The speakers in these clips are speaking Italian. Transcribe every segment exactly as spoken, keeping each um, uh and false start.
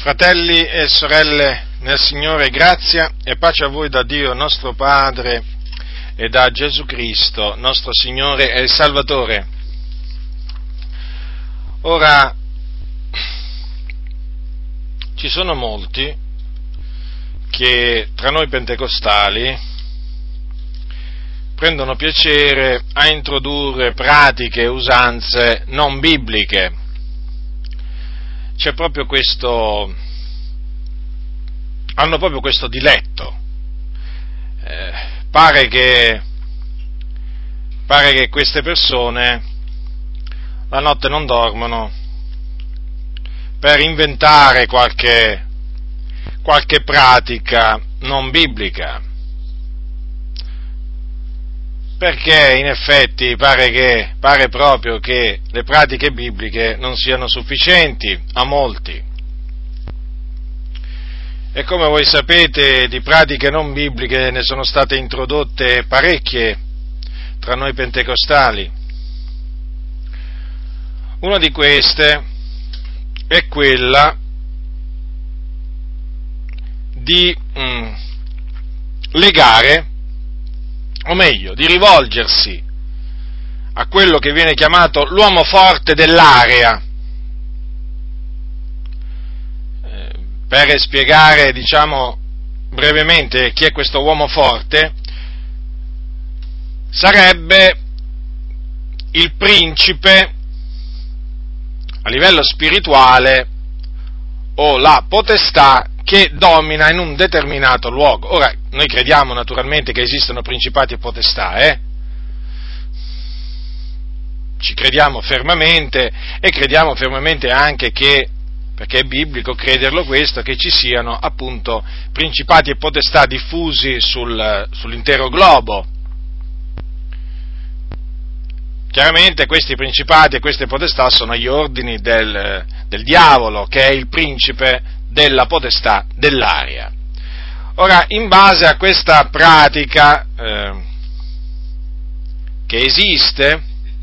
Fratelli e sorelle nel Signore, grazia e pace a voi da Dio nostro Padre e da Gesù Cristo, nostro Signore e Salvatore. Ora, ci sono molti che tra noi pentecostali prendono piacere a introdurre pratiche e usanze non bibliche. C'è proprio questo, hanno proprio questo diletto. Eh, pare che, pare che queste persone la notte non dormono per inventare qualche, qualche pratica non biblica. Perché in effetti pare, che, pare proprio che le pratiche bibliche non siano sufficienti a molti. E come voi sapete, di pratiche non bibliche ne sono state introdotte parecchie tra noi pentecostali. Una di queste è quella di mm, legare, o meglio, di rivolgersi a quello che viene chiamato l'uomo forte dell'area. Eh, per spiegare, diciamo, brevemente chi è questo uomo forte, sarebbe il principe a livello spirituale o la potestà che domina in un determinato luogo. Ora, noi crediamo naturalmente che esistono principati e potestà, eh? Ci crediamo fermamente e crediamo fermamente anche che, perché è biblico crederlo questo, che ci siano appunto principati e potestà diffusi sul, sull'intero globo. Chiaramente questi principati e queste potestà sono agli ordini del, del diavolo, che è il principe della potestà dell'aria. Ora, in base a questa pratica eh, che esiste,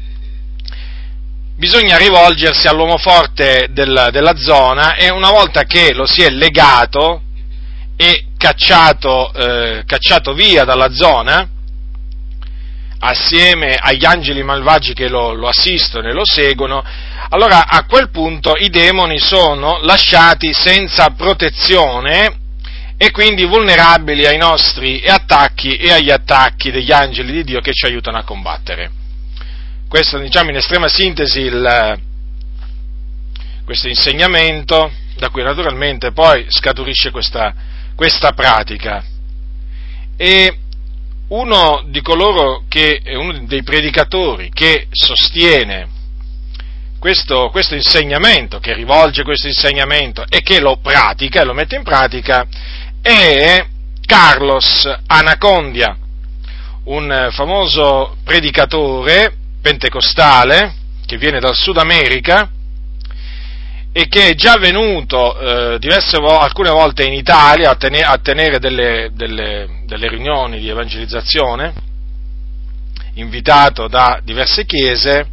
bisogna rivolgersi all'uomo forte del, della zona e una volta che lo si è legato e cacciato, eh, cacciato via dalla zona, assieme agli angeli malvagi che lo, lo assistono e lo seguono, allora a quel punto i demoni sono lasciati senza protezione e quindi vulnerabili ai nostri attacchi e agli attacchi degli angeli di Dio che ci aiutano a combattere. Questo, diciamo, in estrema sintesi il, questo insegnamento, da cui naturalmente poi scaturisce questa, questa pratica. E uno di coloro che è uno dei predicatori che sostiene questo, questo insegnamento, che rivolge questo insegnamento e che lo pratica e lo mette in pratica, è Carlos Anacondia, un famoso predicatore pentecostale che viene dal Sud America e che è già venuto eh, diverse vo- alcune volte in Italia a, tene- a tenere delle, delle, delle riunioni di evangelizzazione, invitato da diverse chiese,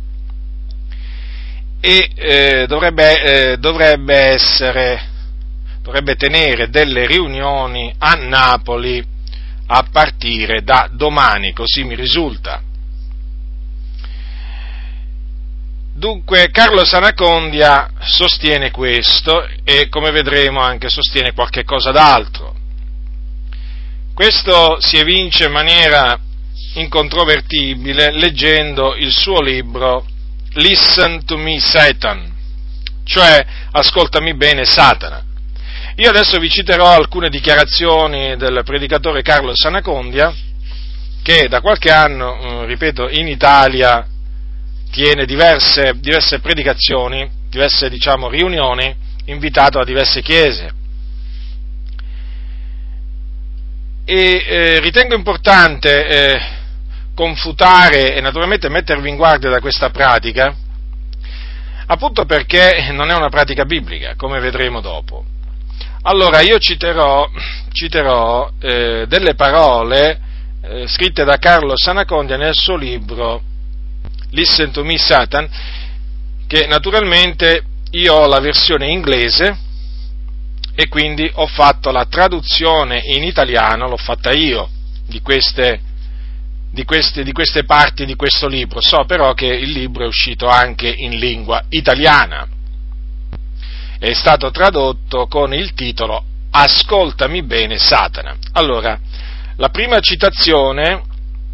e eh, dovrebbe, eh, dovrebbe essere, dovrebbe tenere delle riunioni a Napoli a partire da domani, così mi risulta. Dunque, Carlos Anacondia sostiene questo e, come vedremo, anche sostiene qualche cosa d'altro. Questo si evince in maniera incontrovertibile leggendo il suo libro Listen to me, Satan, cioè ascoltami bene, Satana. Io adesso vi citerò alcune dichiarazioni del predicatore Carlos Anacondia, che da qualche anno, ripeto, in Italia tiene diverse, diverse predicazioni, diverse, diciamo, riunioni, invitato a diverse chiese. E eh, ritengo importante eh, confutare e naturalmente mettervi in guardia da questa pratica, appunto perché non è una pratica biblica, come vedremo dopo. Allora, io citerò, citerò eh, delle parole eh, scritte da Carlos Anacondia nel suo libro Listen to me, Satan, che naturalmente io ho la versione inglese e quindi ho fatto la traduzione in italiano, l'ho fatta io, di queste, di queste, di queste parti di questo libro. So però che il libro è uscito anche in lingua italiana, è stato tradotto con il titolo Ascoltami bene, Satana. Allora, la prima citazione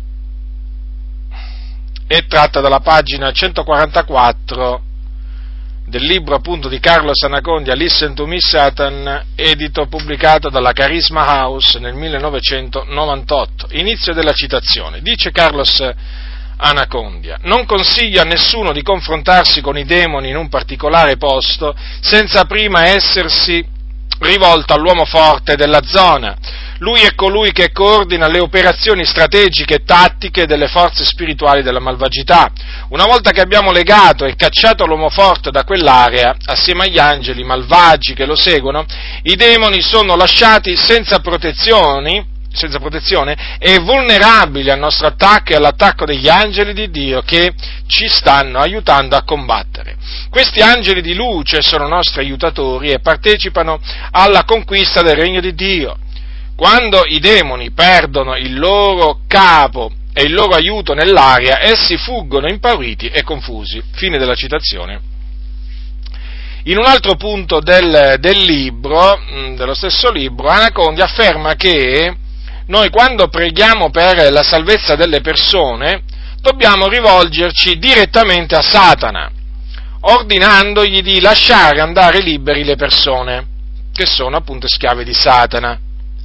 è tratta dalla pagina centoquarantaquattro del libro appunto di Carlos Anacondia, Listen to Me Satan, edito, pubblicato dalla Charisma House nel millenovecentonovantotto. Inizio della citazione. Dice Carlos Anacondia: non consiglio a nessuno di confrontarsi con i demoni in un particolare posto senza prima essersi rivolto all'uomo forte della zona. Lui è colui che coordina le operazioni strategiche e tattiche delle forze spirituali della malvagità. Una volta che abbiamo legato e cacciato l'uomo forte da quell'area, assieme agli angeli malvagi che lo seguono, i demoni sono lasciati senza protezioni, senza protezione e vulnerabili al nostro attacco e all'attacco degli angeli di Dio che ci stanno aiutando a combattere. Questi angeli di luce sono nostri aiutatori e partecipano alla conquista del regno di Dio. Quando i demoni perdono il loro capo e il loro aiuto nell'aria, essi fuggono impauriti e confusi. Fine della citazione. In un altro punto del, del libro, dello stesso libro, Anacondia afferma che noi quando preghiamo per la salvezza delle persone dobbiamo rivolgerci direttamente a Satana, ordinandogli di lasciare andare liberi le persone che sono appunto schiave di Satana.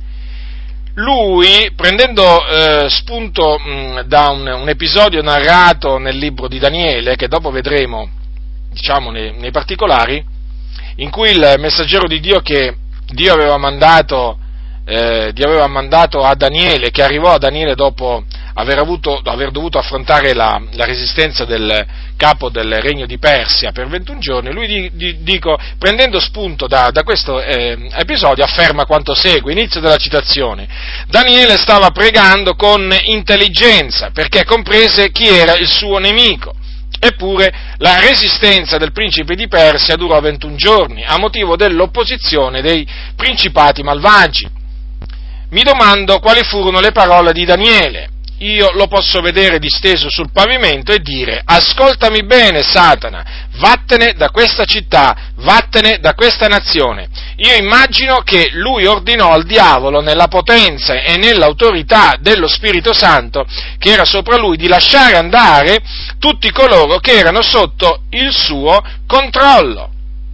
Lui, prendendo eh, spunto mh, da un, un episodio narrato nel libro di Daniele, che dopo vedremo, diciamo, nei, nei particolari, in cui il messaggero di Dio che Dio aveva mandato, eh, Dio aveva mandato a Daniele, che arrivò a Daniele dopo aver, avuto, aver dovuto affrontare la, la resistenza del capo del regno di Persia per ventuno giorni, lui di, di, dico, prendendo spunto da, da questo eh, episodio, afferma quanto segue. Inizio della citazione: Daniele stava pregando con intelligenza perché comprese chi era il suo nemico. Eppure la resistenza del principe di Persia durò ventuno giorni a motivo dell'opposizione dei principati malvagi. Mi domando quali furono le parole di Daniele. Io lo posso vedere disteso sul pavimento e dire: ascoltami bene, Satana, vattene da questa città, vattene da questa nazione. Io immagino che lui ordinò al diavolo, nella potenza e nell'autorità dello Spirito Santo che era sopra lui, di lasciare andare tutti coloro che erano sotto il suo controllo.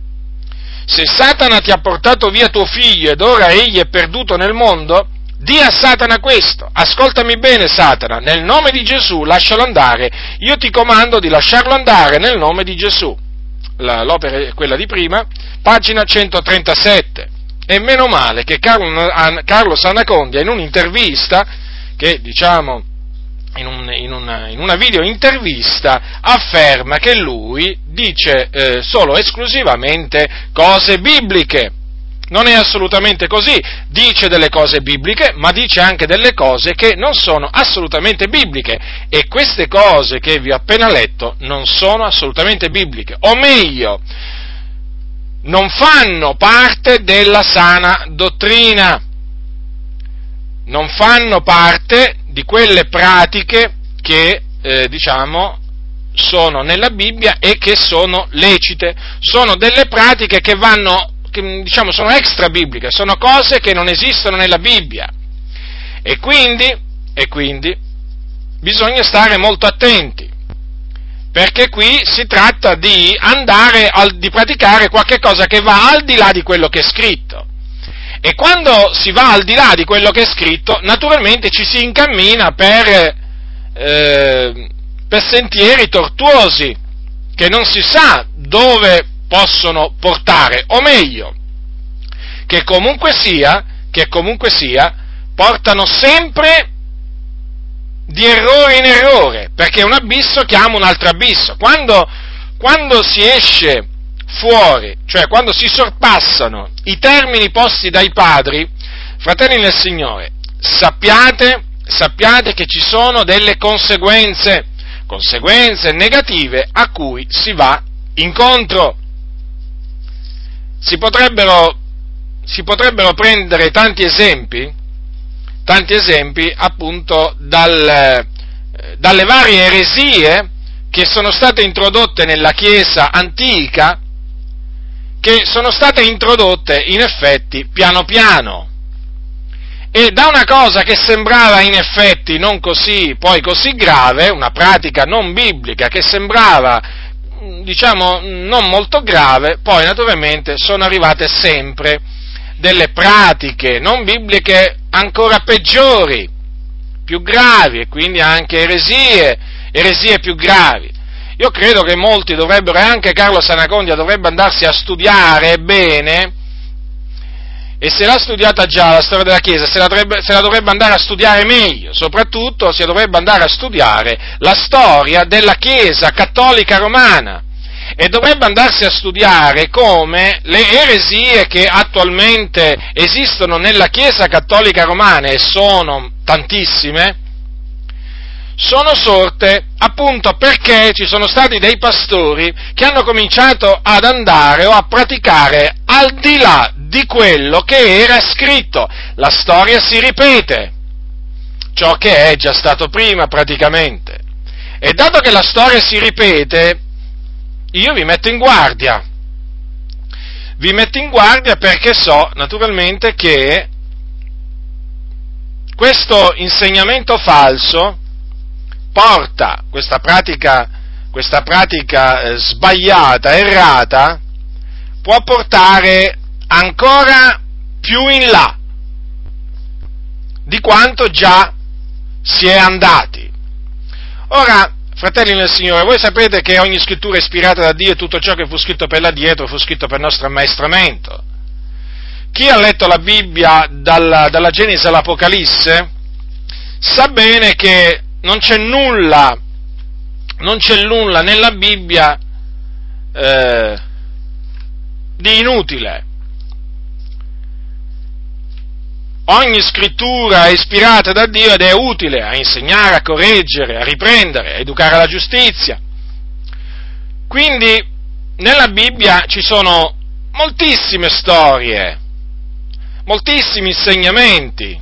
Se Satana ti ha portato via tuo figlio ed ora egli è perduto nel mondo, di a Satana questo: ascoltami bene, Satana, nel nome di Gesù lascialo andare, io ti comando di lasciarlo andare nel nome di Gesù. La, l'opera è quella di prima, pagina centotrentasette. E meno male che Carlos Anacondia, in un'intervista, che diciamo in, un, in, una, in una video intervista, afferma che lui dice eh, solo esclusivamente cose bibliche. Non è assolutamente così, dice delle cose bibliche, ma dice anche delle cose che non sono assolutamente bibliche, e queste cose che vi ho appena letto non sono assolutamente bibliche, o meglio, non fanno parte della sana dottrina, non fanno parte di quelle pratiche che, eh, diciamo, sono nella Bibbia e che sono lecite, sono delle pratiche che vanno, che, diciamo, sono extra bibliche, sono cose che non esistono nella Bibbia, e quindi, e quindi bisogna stare molto attenti, perché qui si tratta di andare, al, di praticare qualche cosa che va al di là di quello che è scritto, e quando si va al di là di quello che è scritto, naturalmente ci si incammina per, eh, per sentieri tortuosi, che non si sa dove possono portare, o meglio, che comunque sia, che comunque sia, portano sempre di errore in errore, perché un abisso chiama un altro abisso. Quando, quando si esce fuori, cioè quando si sorpassano i termini posti dai padri, fratelli nel Signore, sappiate, sappiate che ci sono delle conseguenze, conseguenze negative a cui si va incontro. Si potrebbero, si potrebbero prendere tanti esempi, tanti esempi appunto dal, dalle varie eresie che sono state introdotte nella Chiesa antica, che sono state introdotte in effetti piano piano, e da una cosa che sembrava in effetti non così, poi così grave, una pratica non biblica che sembrava, diciamo, non molto grave, poi naturalmente sono arrivate sempre delle pratiche non bibliche ancora peggiori, più gravi, e quindi anche eresie, eresie più gravi. Io credo che molti dovrebbero, e anche Carlo Sanacondia dovrebbe andarsi a studiare bene, e se l'ha studiata già la storia della Chiesa, se la, dovrebbe, se la dovrebbe andare a studiare meglio, soprattutto se dovrebbe andare a studiare la storia della Chiesa cattolica romana, e dovrebbe andarsi a studiare come le eresie che attualmente esistono nella Chiesa cattolica romana, e sono tantissime, sono sorte appunto perché ci sono stati dei pastori che hanno cominciato ad andare o a praticare al di là di quello che era scritto. La storia si ripete, ciò che è già stato prima praticamente. E dato che la storia si ripete, io vi metto in guardia. Vi metto in guardia perché so naturalmente che questo insegnamento falso porta, questa pratica, questa pratica eh, sbagliata, errata, può portare ancora più in là di quanto già si è andati. Ora, fratelli nel Signore, voi sapete che ogni scrittura è ispirata da Dio, e tutto ciò che fu scritto per l'addietro fu scritto per nostro ammaestramento. Chi ha letto la Bibbia dalla, dalla Genesi all'Apocalisse sa bene che non c'è nulla, non c'è nulla nella Bibbia eh, di inutile. Ogni scrittura è ispirata da Dio ed è utile a insegnare, a correggere, a riprendere, a educare alla giustizia. Quindi nella Bibbia ci sono moltissime storie, moltissimi insegnamenti,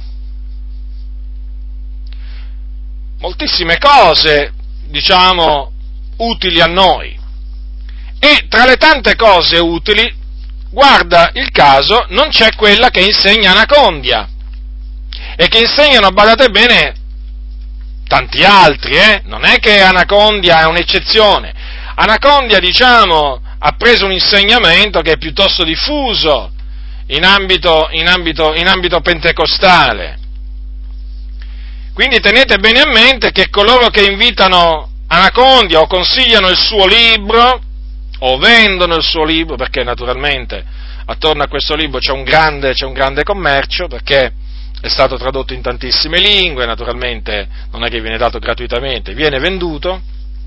moltissime cose, diciamo, utili a noi. E tra le tante cose utili, guarda il caso, non c'è quella che insegna Anacondia, e che insegnano, badate bene, tanti altri, eh? Non è che Anacondia è un'eccezione. Anacondia, diciamo, ha preso un insegnamento che è piuttosto diffuso in ambito, in ambito, in ambito pentecostale. Quindi tenete bene a mente che coloro che invitano Anacondia o consigliano il suo libro, o vendono il suo libro, perché naturalmente attorno a questo libro c'è un grande, c'è un grande commercio, perché è stato tradotto in tantissime lingue, naturalmente non è che viene dato gratuitamente, viene venduto.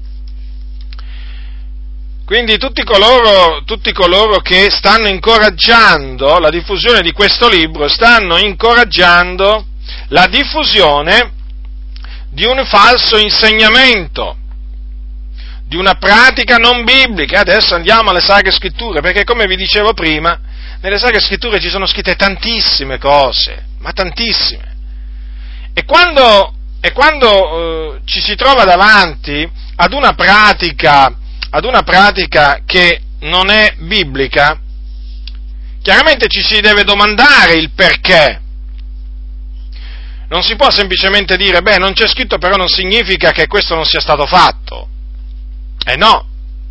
Quindi tutti coloro, tutti coloro che stanno incoraggiando la diffusione di questo libro, stanno incoraggiando la diffusione di un falso insegnamento, di una pratica non biblica. Adesso andiamo alle Sacre Scritture, perché come vi dicevo prima, nelle Sacre Scritture ci sono scritte tantissime cose, ma tantissime. E quando, e quando eh, ci si trova davanti ad una pratica, ad una pratica che non è biblica, chiaramente ci si deve domandare il perché. Non si può semplicemente dire, beh, non c'è scritto, però non significa che questo non sia stato fatto. Eh no,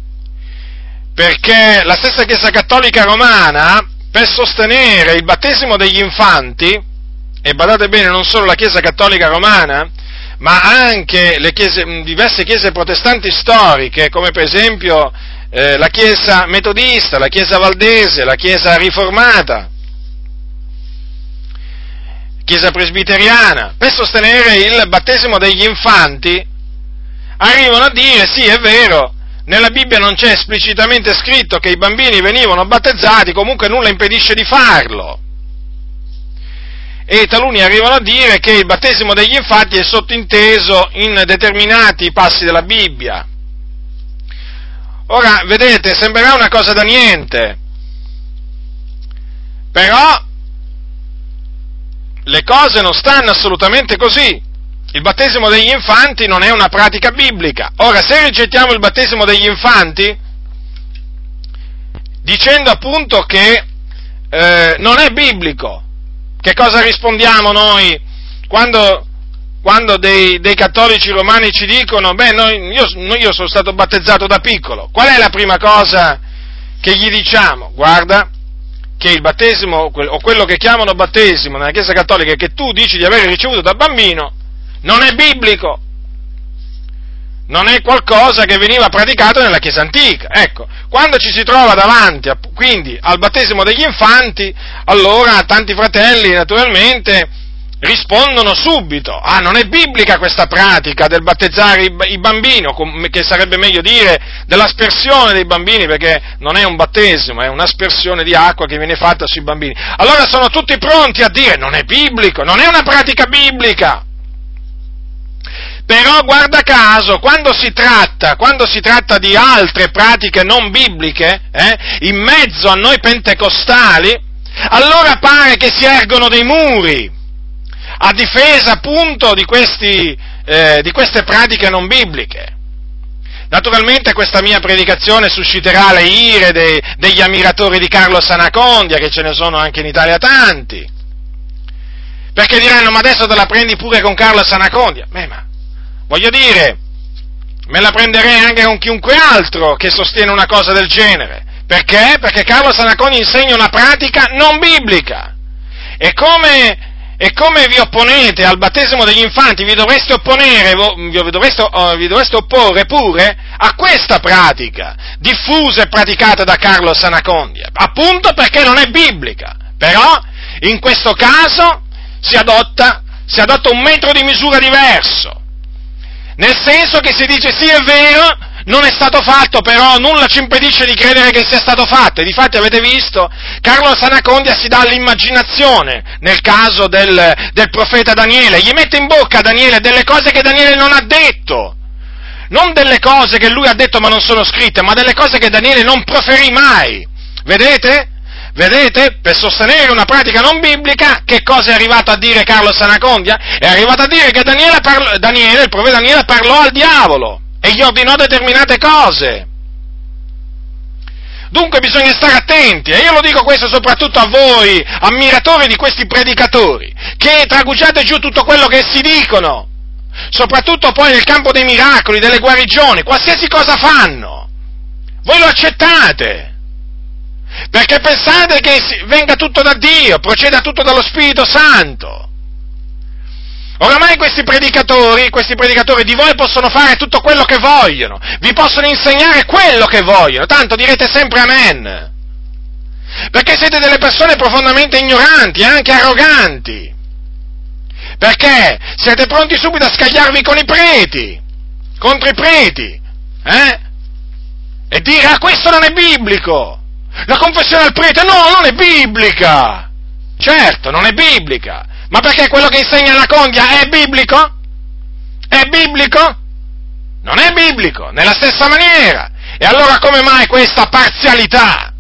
perché la stessa Chiesa Cattolica Romana, per sostenere il battesimo degli infanti, e badate bene, non solo la Chiesa Cattolica Romana, ma anche le chiese, diverse chiese protestanti storiche, come per esempio eh, la Chiesa Metodista, la Chiesa Valdese, la Chiesa Riformata, Chiesa Presbiteriana, per sostenere il battesimo degli infanti, arrivano a dire, sì, è vero, nella Bibbia non c'è esplicitamente scritto che i bambini venivano battezzati, comunque nulla impedisce di farlo. E taluni arrivano a dire che il battesimo degli infanti è sottinteso in determinati passi della Bibbia. Ora, vedete, sembrerà una cosa da niente, però le cose non stanno assolutamente così. Il battesimo degli infanti non è una pratica biblica. Ora, se rigettiamo il battesimo degli infanti, dicendo appunto che eh, non è biblico, che cosa rispondiamo noi quando, quando dei, dei cattolici romani ci dicono, beh, noi, io, io sono stato battezzato da piccolo? Qual è la prima cosa che gli diciamo? Guarda, che il battesimo, o quello che chiamano battesimo nella Chiesa Cattolica, che tu dici di aver ricevuto da bambino, non è biblico, non è qualcosa che veniva praticato nella Chiesa antica. Ecco, quando ci si trova davanti, quindi, al battesimo degli infanti, allora tanti fratelli, naturalmente, rispondono subito, ah, non è biblica questa pratica del battezzare i, i bambini, o che sarebbe meglio dire dell'aspersione dei bambini, perché non è un battesimo, è un'aspersione di acqua che viene fatta sui bambini. Allora sono tutti pronti a dire, non è biblico, non è una pratica biblica. Però, guarda caso, quando si tratta, quando si tratta di altre pratiche non bibliche, eh, in mezzo a noi pentecostali, allora pare che si ergono dei muri, a difesa appunto di, questi, eh, di queste pratiche non bibliche. Naturalmente questa mia predicazione susciterà le ire dei, degli ammiratori di Carlo Sanacondia, che ce ne sono anche in Italia tanti, perché diranno, ma adesso te la prendi pure con Carlo Sanacondia? Beh, ma voglio dire, me la prenderei anche con chiunque altro che sostiene una cosa del genere. Perché? Perché Carlo Sanacondia insegna una pratica non biblica. E come, e come vi opponete al battesimo degli infanti, vi dovreste opponere, vi dovreste, vi dovreste opporre pure a questa pratica, diffusa e praticata da Carlo Sanacondia, appunto perché non è biblica. Però, in questo caso, si adotta, si adotta un metro di misura diverso. Nel senso che si dice, sì, è vero, non è stato fatto, però nulla ci impedisce di credere che sia stato fatto. E difatti avete visto, Carlo Sanacondia si dà all'immaginazione nel caso del, del profeta Daniele, gli mette in bocca a Daniele delle cose che Daniele non ha detto, non delle cose che lui ha detto ma non sono scritte, ma delle cose che Daniele non proferì mai. Vedete? Vedete? Per sostenere una pratica non biblica, che cosa è arrivato a dire Carlo Sanacondia? È arrivato a dire che Daniele, parlo, Daniele, il profeta Daniele parlò al diavolo e gli ordinò determinate cose. Dunque bisogna stare attenti, e io lo dico questo soprattutto a voi, ammiratori di questi predicatori, che tragugiate giù tutto quello che essi dicono, soprattutto poi nel campo dei miracoli, delle guarigioni, qualsiasi cosa fanno, voi lo accettate. Perché pensate che venga tutto da Dio, proceda tutto dallo Spirito Santo. Oramai questi predicatori, questi predicatori di voi possono fare tutto quello che vogliono, vi possono insegnare quello che vogliono, tanto direte sempre amen. Perché siete delle persone profondamente ignoranti e anche arroganti. Perché siete pronti subito a scagliarvi con i preti, contro i preti, eh? E dire, ah, questo non è biblico. La confessione al prete, no, non è biblica! Certo, non è biblica, ma perché quello che insegna Anacondia è biblico? È biblico? Non è biblico, nella stessa maniera. E allora come mai questa parzialità?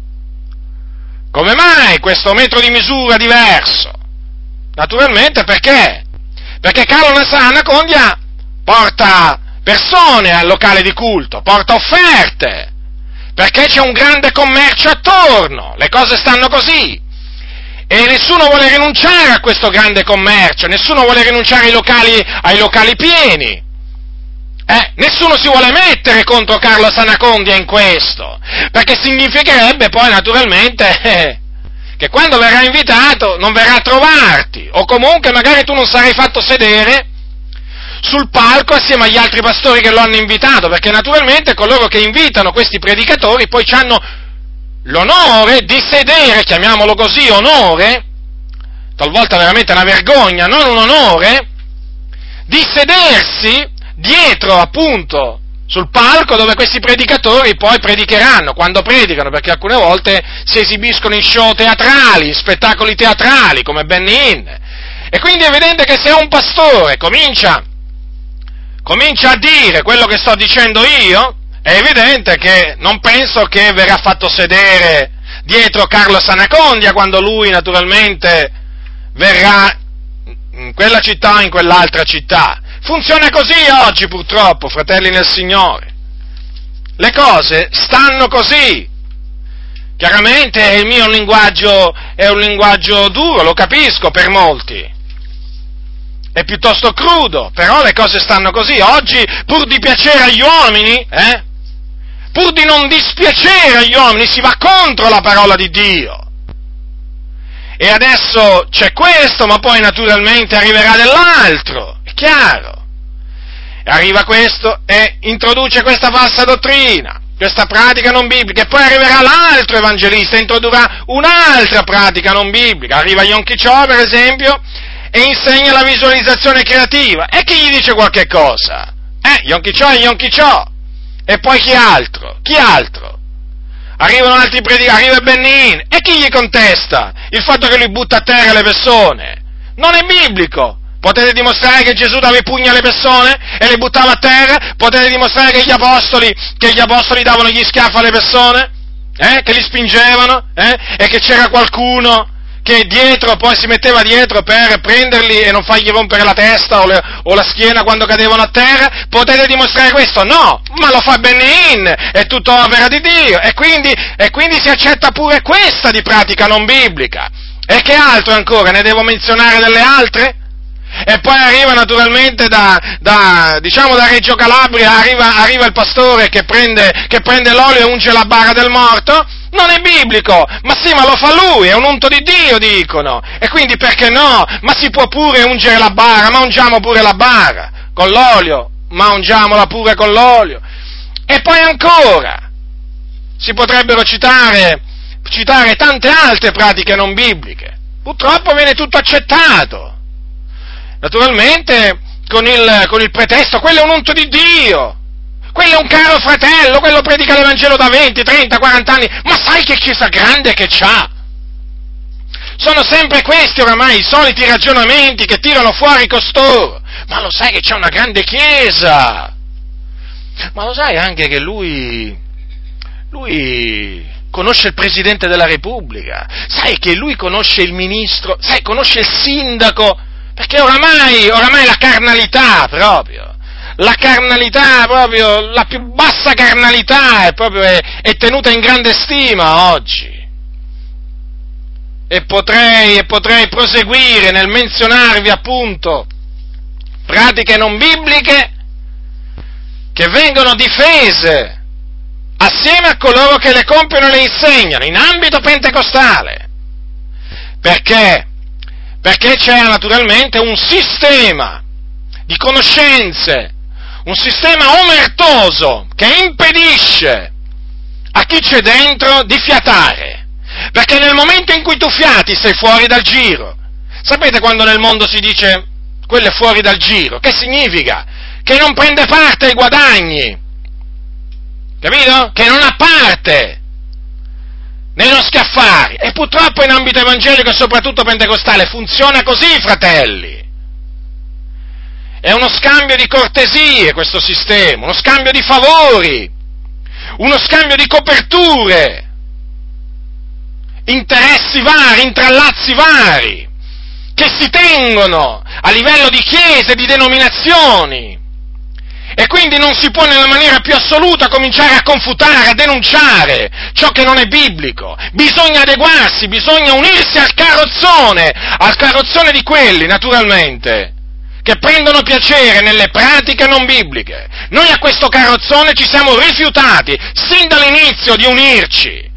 Come mai questo metro di misura diverso? Naturalmente perché? Perché Carlo Anacondia porta persone al locale di culto, porta offerte, perché c'è un grande commercio attorno, le cose stanno così, e nessuno vuole rinunciare a questo grande commercio, nessuno vuole rinunciare ai locali, ai locali pieni, eh, nessuno si vuole mettere contro Carlo Sanacondia in questo, perché significherebbe poi naturalmente eh, che quando verrà invitato non verrà a trovarti, o comunque magari tu non sarai fatto sedere sul palco assieme agli altri pastori che lo hanno invitato, perché naturalmente coloro che invitano questi predicatori poi hanno l'onore di sedere, chiamiamolo così, onore, talvolta veramente una vergogna, non un onore, di sedersi dietro appunto sul palco dove questi predicatori poi predicheranno, quando predicano, perché alcune volte si esibiscono in show teatrali, in spettacoli teatrali come Benny Hinn, e quindi è evidente che se un pastore comincia comincia a dire quello che sto dicendo io, è evidente che non penso che verrà fatto sedere dietro Carlo Sanacondia quando lui naturalmente verrà in quella città o in quell'altra città. Funziona così oggi, purtroppo, fratelli nel Signore. Le cose stanno così. Chiaramente il mio è un linguaggio, è un linguaggio duro, lo capisco per molti. È piuttosto crudo, però le cose stanno così. Oggi, pur di piacere agli uomini, eh, pur di non dispiacere agli uomini, si va contro la parola di Dio. E adesso c'è questo, ma poi naturalmente arriverà dell'altro, è chiaro. Arriva questo e introduce questa falsa dottrina, questa pratica non biblica, e poi arriverà l'altro evangelista e introdurrà un'altra pratica non biblica. Arriva Yom Kippur, per esempio, e insegna la visualizzazione creativa. E chi gli dice qualche cosa? Eh, Yom Kippur è Yom Kippur. E poi chi altro? Chi altro? Arrivano altri predicatori, arriva Benin, e chi gli contesta il fatto che lui butta a terra le persone? Non è biblico. Potete dimostrare che Gesù dava i pugni alle persone e le buttava a terra? Potete dimostrare che gli apostoli, che gli apostoli davano gli schiaffi alle persone? Eh? Che li spingevano? Eh? E che c'era qualcuno che dietro, poi si metteva dietro per prenderli e non fargli rompere la testa o, le, o la schiena quando cadevano a terra? Potete dimostrare questo? No, ma lo fa Benin, è tutto opera di Dio, e quindi, e quindi si accetta pure questa di pratica non biblica. E che altro ancora? Ne devo menzionare delle altre? E poi arriva naturalmente da, da diciamo da Reggio Calabria, arriva, arriva il pastore che prende, che prende l'olio e unge la bara del morto. Non è biblico, ma sì, ma lo fa lui, è un unto di Dio, dicono, e quindi perché no? Ma si può pure ungere la bara, ma ungiamo pure la bara con l'olio, ma ungiamola pure con l'olio. E poi ancora, si potrebbero citare, citare tante altre pratiche non bibliche, purtroppo viene tutto accettato, naturalmente con il, con il pretesto, quello è un unto di Dio. Quello è un caro fratello, quello predica l'Evangelo da venti, trenta, quaranta anni, ma sai che chiesa grande che c'ha? Sono sempre questi oramai i soliti ragionamenti che tirano fuori costoro. Ma lo sai che c'è una grande chiesa? Ma lo sai anche che lui, lui conosce il Presidente della Repubblica? Sai che lui conosce il ministro? Sai, conosce il sindaco? Perché oramai, oramai la carnalità proprio. La carnalità, proprio, la più bassa carnalità è proprio è, è tenuta in grande stima oggi. E potrei, e potrei proseguire nel menzionarvi appunto pratiche non bibliche che vengono difese assieme a coloro che le compiono e le insegnano in ambito pentecostale. Perché? Perché c'è naturalmente un sistema di conoscenze, un sistema omertoso che impedisce a chi c'è dentro di fiatare, perché nel momento in cui tu fiati sei fuori dal giro. Sapete quando nel mondo si dice quello è fuori dal giro? Che significa? Che non prende parte ai guadagni, capito? Che non ha parte nello schiaffare. E purtroppo in ambito evangelico e soprattutto pentecostale funziona così, fratelli. È uno scambio di cortesie questo sistema, uno scambio di favori, uno scambio di coperture, interessi vari, intrallazzi vari, che si tengono a livello di chiese, di denominazioni, e quindi non si può nella maniera più assoluta cominciare a confutare, a denunciare ciò che non è biblico. Bisogna adeguarsi, bisogna unirsi al carrozzone, al carrozzone di quelli, naturalmente, che prendono piacere nelle pratiche non bibliche. Noi a questo carrozzone ci siamo rifiutati sin dall'inizio di unirci,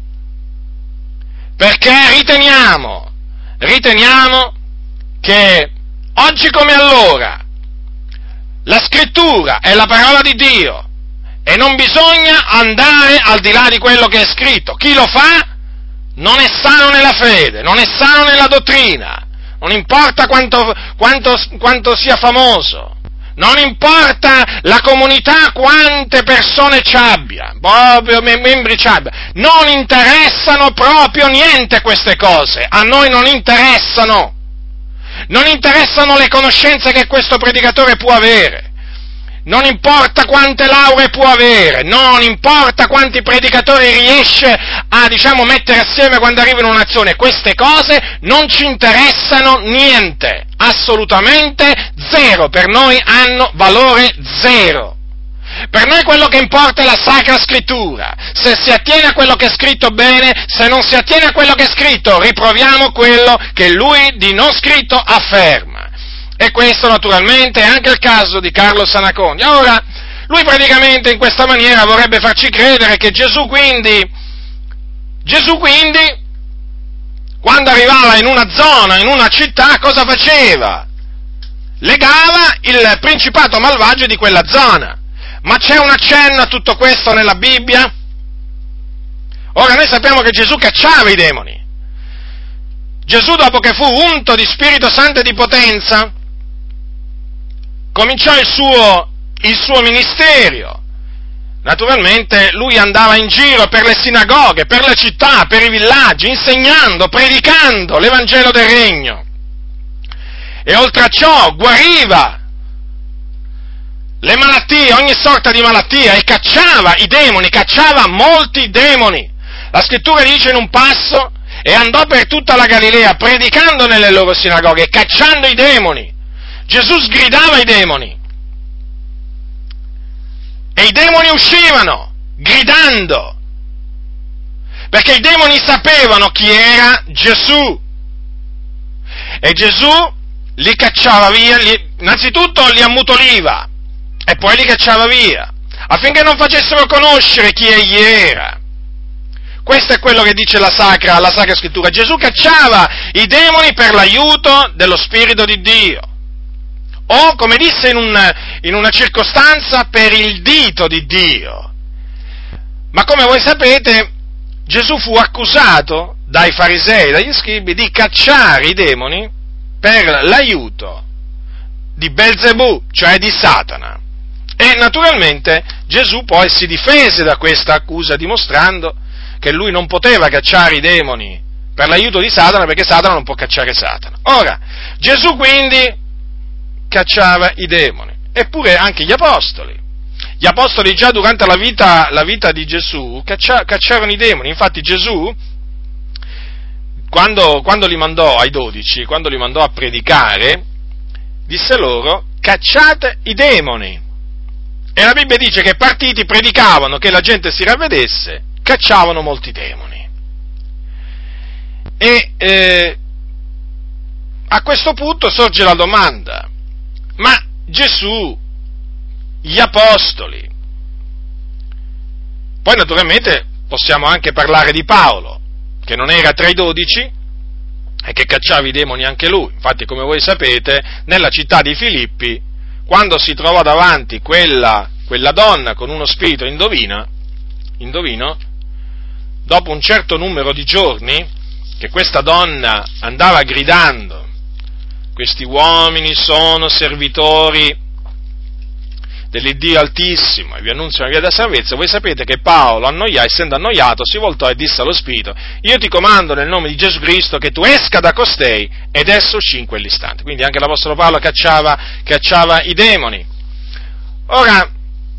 perché riteniamo, riteniamo che oggi come allora la scrittura è la parola di Dio e non bisogna andare al di là di quello che è scritto. Chi lo fa non è sano nella fede, non è sano nella dottrina. Non importa quanto, quanto, quanto sia famoso, non importa la comunità quante persone ci abbia, proprio membri ci abbia, non interessano proprio niente queste cose, a noi non interessano, non interessano le conoscenze che questo predicatore può avere, non importa quante lauree può avere, non importa quanti predicatori riesce a, diciamo, mettere assieme quando arriva in un'azione, queste cose non ci interessano niente, assolutamente zero, per noi hanno valore zero. Per noi quello che importa è la Sacra Scrittura. Se si attiene a quello che è scritto, bene; se non si attiene a quello che è scritto, riproviamo quello che lui di non scritto afferma. E questo naturalmente è anche il caso di Carlo Sanacondi. Ora, lui praticamente in questa maniera vorrebbe farci credere che Gesù quindi, Gesù quindi, quando arrivava in una zona, in una città, cosa faceva? Legava il principato malvagio di quella zona. Ma c'è un accenno a tutto questo nella Bibbia? Ora, noi sappiamo che Gesù cacciava i demoni. Gesù, dopo che fu unto di Spirito Santo e di potenza, cominciò il suo, il suo ministero. Naturalmente lui andava in giro per le sinagoghe, per le città, per i villaggi, insegnando, predicando l'Evangelo del Regno. E oltre a ciò guariva le malattie, ogni sorta di malattia, e cacciava i demoni, cacciava molti demoni. La Scrittura dice in un passo: e andò per tutta la Galilea, predicando nelle loro sinagoghe e cacciando i demoni. Gesù sgridava i demoni. E i demoni uscivano, gridando. Perché i demoni sapevano chi era Gesù. E Gesù li cacciava via, li, innanzitutto li ammutoliva, e poi li cacciava via, affinché non facessero conoscere chi egli era. Questo è quello che dice la Sacra, la Sacra Scrittura. Gesù cacciava i demoni per l'aiuto dello Spirito di Dio. O, come disse in, un, in una circostanza, per il dito di Dio. Ma come voi sapete, Gesù fu accusato dai farisei, dagli scribi, di cacciare i demoni per l'aiuto di Belzebù, cioè di Satana. E naturalmente Gesù poi si difese da questa accusa, dimostrando che lui non poteva cacciare i demoni per l'aiuto di Satana, perché Satana non può cacciare Satana. Ora, Gesù quindi cacciava i demoni, eppure anche gli apostoli. Gli apostoli già durante la vita, la vita di Gesù caccia, cacciarono i demoni. Infatti Gesù, quando, quando li mandò ai dodici, quando li mandò a predicare, disse loro: cacciate i demoni. E la Bibbia dice che partiti predicavano che la gente si ravvedesse, cacciavano molti demoni. E eh, a questo punto sorge la domanda: ma Gesù, gli apostoli, poi naturalmente possiamo anche parlare di Paolo, che non era tra i dodici e che cacciava i demoni anche lui. Infatti, come voi sapete, nella città di Filippi, quando si trovò davanti quella, quella donna con uno spirito indovina, indovino, dopo un certo numero di giorni, che questa donna andava gridando: questi uomini sono servitori dell'Iddio Altissimo e vi annunziano la via della salvezza, voi sapete che Paolo, annoiato, essendo annoiato, si voltò e disse allo spirito: io ti comando nel nome di Gesù Cristo che tu esca da costei, ed esso uscì in quell'istante. Quindi anche l'Apostolo Paolo cacciava, cacciava i demoni. Ora,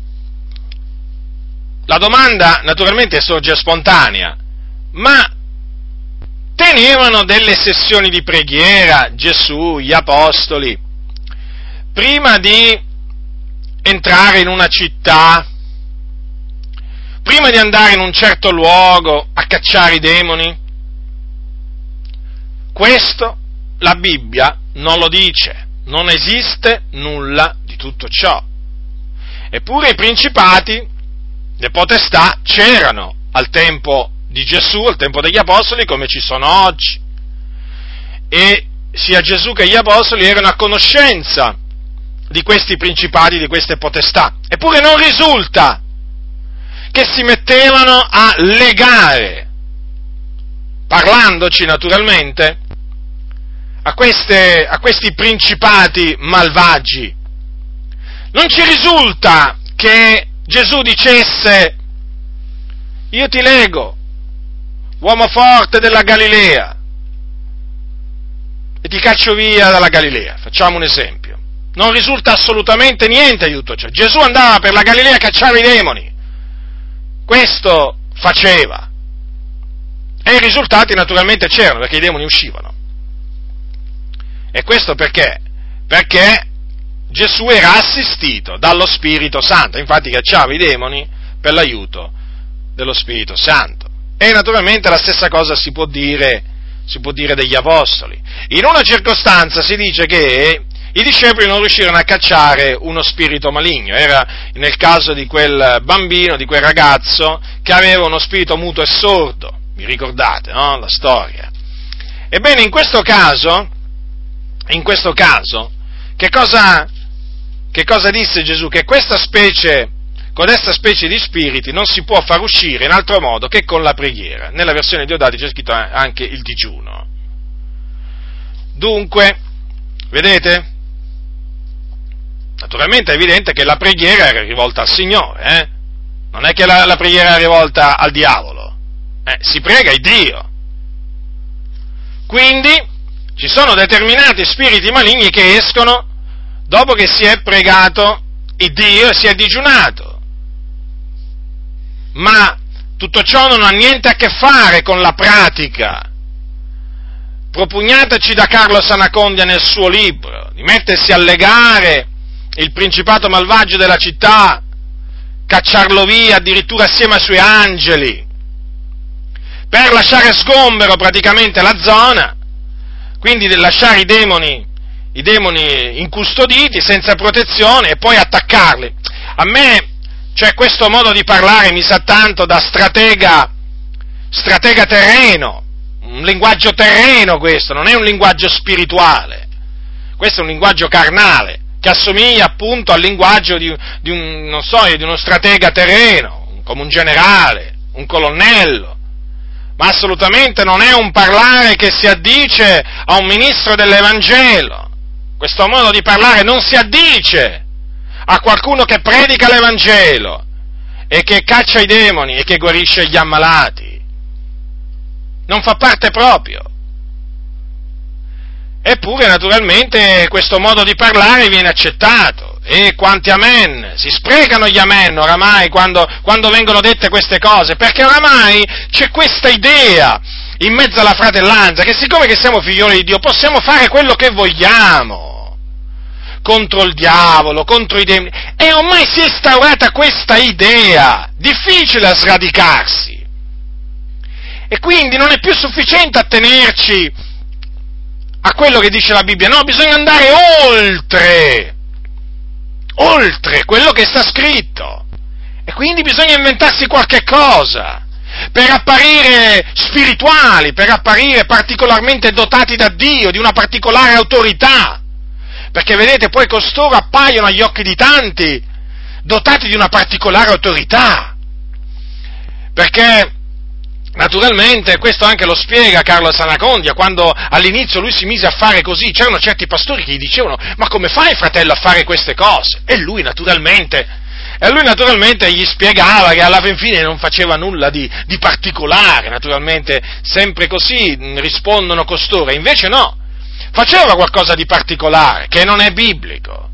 la domanda naturalmente sorge spontanea: ma tenevano delle sessioni di preghiera Gesù, gli apostoli, prima di entrare in una città, prima di andare in un certo luogo a cacciare i demoni? Questo la Bibbia non lo dice, non esiste nulla di tutto ciò. Eppure i principati, le potestà c'erano al tempo di Gesù, al tempo degli apostoli, come ci sono oggi. E sia Gesù che gli apostoli erano a conoscenza di questi principati, di queste potestà. Eppure non risulta che si mettevano a legare, parlandoci naturalmente, a, queste, a questi principati malvagi. Non ci risulta che Gesù dicesse: io ti lego, uomo forte della Galilea, e ti caccio via dalla Galilea. Facciamo un esempio. non risulta assolutamente niente di tutto ciò. Gesù andava per la Galilea a cacciare i demoni, questo faceva, e i risultati naturalmente c'erano, perché i demoni uscivano. E questo perché? Perché Gesù era assistito dallo Spirito Santo, infatti cacciava i demoni per l'aiuto dello Spirito Santo. E naturalmente la stessa cosa si può dire, si può dire degli apostoli. In una circostanza si dice che i discepoli non riuscirono a cacciare uno spirito maligno, era nel caso di quel bambino, di quel ragazzo che aveva uno spirito muto e sordo, vi ricordate, no? La storia. Ebbene, in questo caso, in questo caso, che cosa, che cosa disse Gesù? Che questa specie, codesta specie di spiriti non si può far uscire in altro modo che con la preghiera. Nella versione di Diodati c'è scritto anche il digiuno. Dunque, vedete? Naturalmente è evidente che la preghiera era rivolta al Signore, eh? Non è che la, la preghiera era rivolta al diavolo, eh? Si prega il Dio. Quindi ci sono determinati spiriti maligni che escono dopo che si è pregato il Dio e si è digiunato. Ma tutto ciò non ha niente a che fare con la pratica propugnataci da Carlo Sanacondia nel suo libro, di mettersi a legare il principato malvagio della città, cacciarlo via addirittura assieme ai suoi angeli, per lasciare sgombero praticamente la zona, quindi lasciare i demoni, i demoni incustoditi, senza protezione, e poi attaccarli. A me, cioè, questo modo di parlare mi sa tanto da stratega, stratega terreno, un linguaggio terreno questo, non è un linguaggio spirituale, questo è un linguaggio carnale, che assomiglia appunto al linguaggio di, di un, non so, di uno stratega terreno, come un generale, un colonnello, ma assolutamente non è un parlare che si addice a un ministro dell'Evangelo. Questo modo di parlare non si addice a qualcuno che predica l'Evangelo e che caccia i demoni e che guarisce gli ammalati. Non fa parte proprio. Eppure, naturalmente, questo modo di parlare viene accettato, e quanti amen, si sprecano gli amen oramai quando, quando vengono dette queste cose, perché oramai c'è questa idea in mezzo alla fratellanza, che siccome che siamo figlioli di Dio possiamo fare quello che vogliamo, contro il diavolo, contro i demoni, e ormai si è instaurata questa idea, difficile a sradicarsi, e quindi non è più sufficiente attenerci a quello che dice la Bibbia, no, bisogna andare oltre, oltre quello che sta scritto, e quindi bisogna inventarsi qualche cosa, per apparire spirituali, per apparire particolarmente dotati da Dio, di una particolare autorità, perché vedete, poi costoro appaiono agli occhi di tanti, dotati di una particolare autorità, perché naturalmente questo anche lo spiega Carlo Sanacondia, quando all'inizio lui si mise a fare così, c'erano certi pastori che gli dicevano: ma come fai, fratello, a fare queste cose? E lui naturalmente, e lui naturalmente gli spiegava che alla fin fine non faceva nulla di, di particolare, naturalmente sempre così rispondono costoro, invece no, faceva qualcosa di particolare, che non è biblico.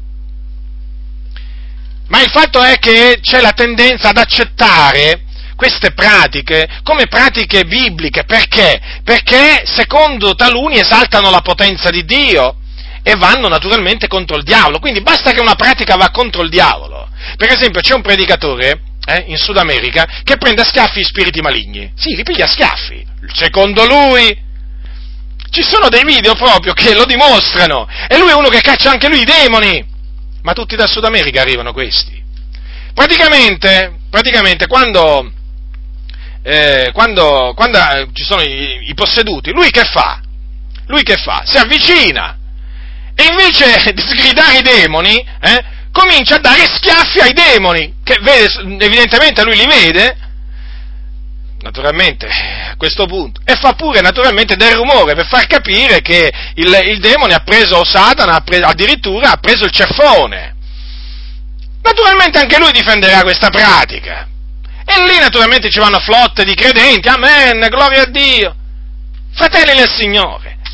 Ma il fatto è che c'è la tendenza ad accettare queste pratiche come pratiche bibliche, perché? Perché secondo taluni esaltano la potenza di Dio e vanno naturalmente contro il diavolo, quindi basta che una pratica va contro il diavolo. Per esempio c'è un predicatore eh, in Sud America che prende a schiaffi gli spiriti maligni, sì, li piglia a schiaffi, secondo lui. Ci sono dei video proprio che lo dimostrano, e lui è uno che caccia anche lui i demoni, ma tutti dal Sud America arrivano questi. Praticamente, praticamente quando... Eh, quando, quando eh, ci sono i, i posseduti, lui che fa? Lui che fa? Si avvicina e invece di sgridare i demoni, eh, comincia a dare schiaffi ai demoni, che vede, evidentemente lui li vede, naturalmente a questo punto, e fa pure naturalmente del rumore per far capire che il, il demone ha preso Satana, ha preso, addirittura ha preso il ceffone. Naturalmente anche lui difenderà questa pratica. E lì naturalmente ci vanno flotte di credenti, amen, gloria a Dio. Fratelli del Signore,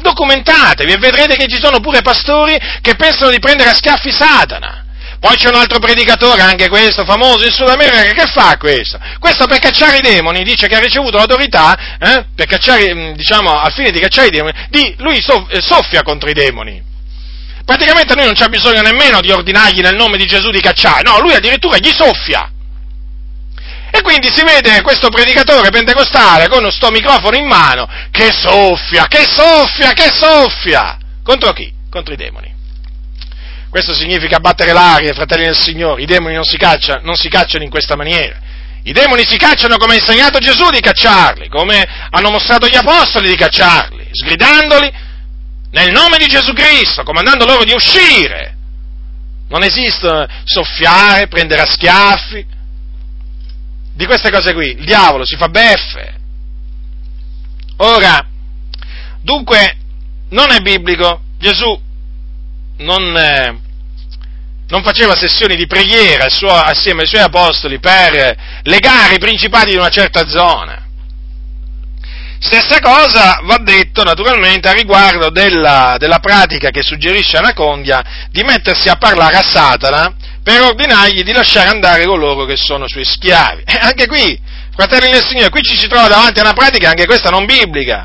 documentatevi e vedrete che ci sono pure pastori che pensano di prendere a schiaffi Satana. Poi c'è un altro predicatore, anche questo, famoso in Sud America, che fa questo? Questo per cacciare i demoni, dice che ha ricevuto l'autorità, eh, per cacciare, diciamo, al fine di cacciare i demoni, di, lui soffia contro i demoni. Praticamente lui non c'ha bisogno nemmeno di ordinargli nel nome di Gesù di cacciare, no, lui addirittura gli soffia. E quindi si vede questo predicatore pentecostale con sto microfono in mano, che soffia, che soffia, che soffia! Contro chi? Contro i demoni. Questo significa battere l'aria, fratelli del Signore. I demoni non si cacciano, non si cacciano in questa maniera. I demoni si cacciano come ha insegnato Gesù di cacciarli, come hanno mostrato gli apostoli di cacciarli, sgridandoli nel nome di Gesù Cristo, comandando loro di uscire. Non esiste soffiare, prendere a schiaffi. Di queste cose qui il diavolo si fa beffe. Ora, dunque, non è biblico. Gesù Non, eh, non faceva sessioni di preghiera al suo, assieme ai suoi apostoli per legare i principati di una certa zona. Stessa cosa va detto naturalmente a riguardo della, della pratica che suggerisce Anacondia di mettersi a parlare a Satana per ordinargli di lasciare andare coloro che sono suoi schiavi. E anche qui, fratelli del Signore, qui ci si trova davanti a una pratica anche questa non biblica.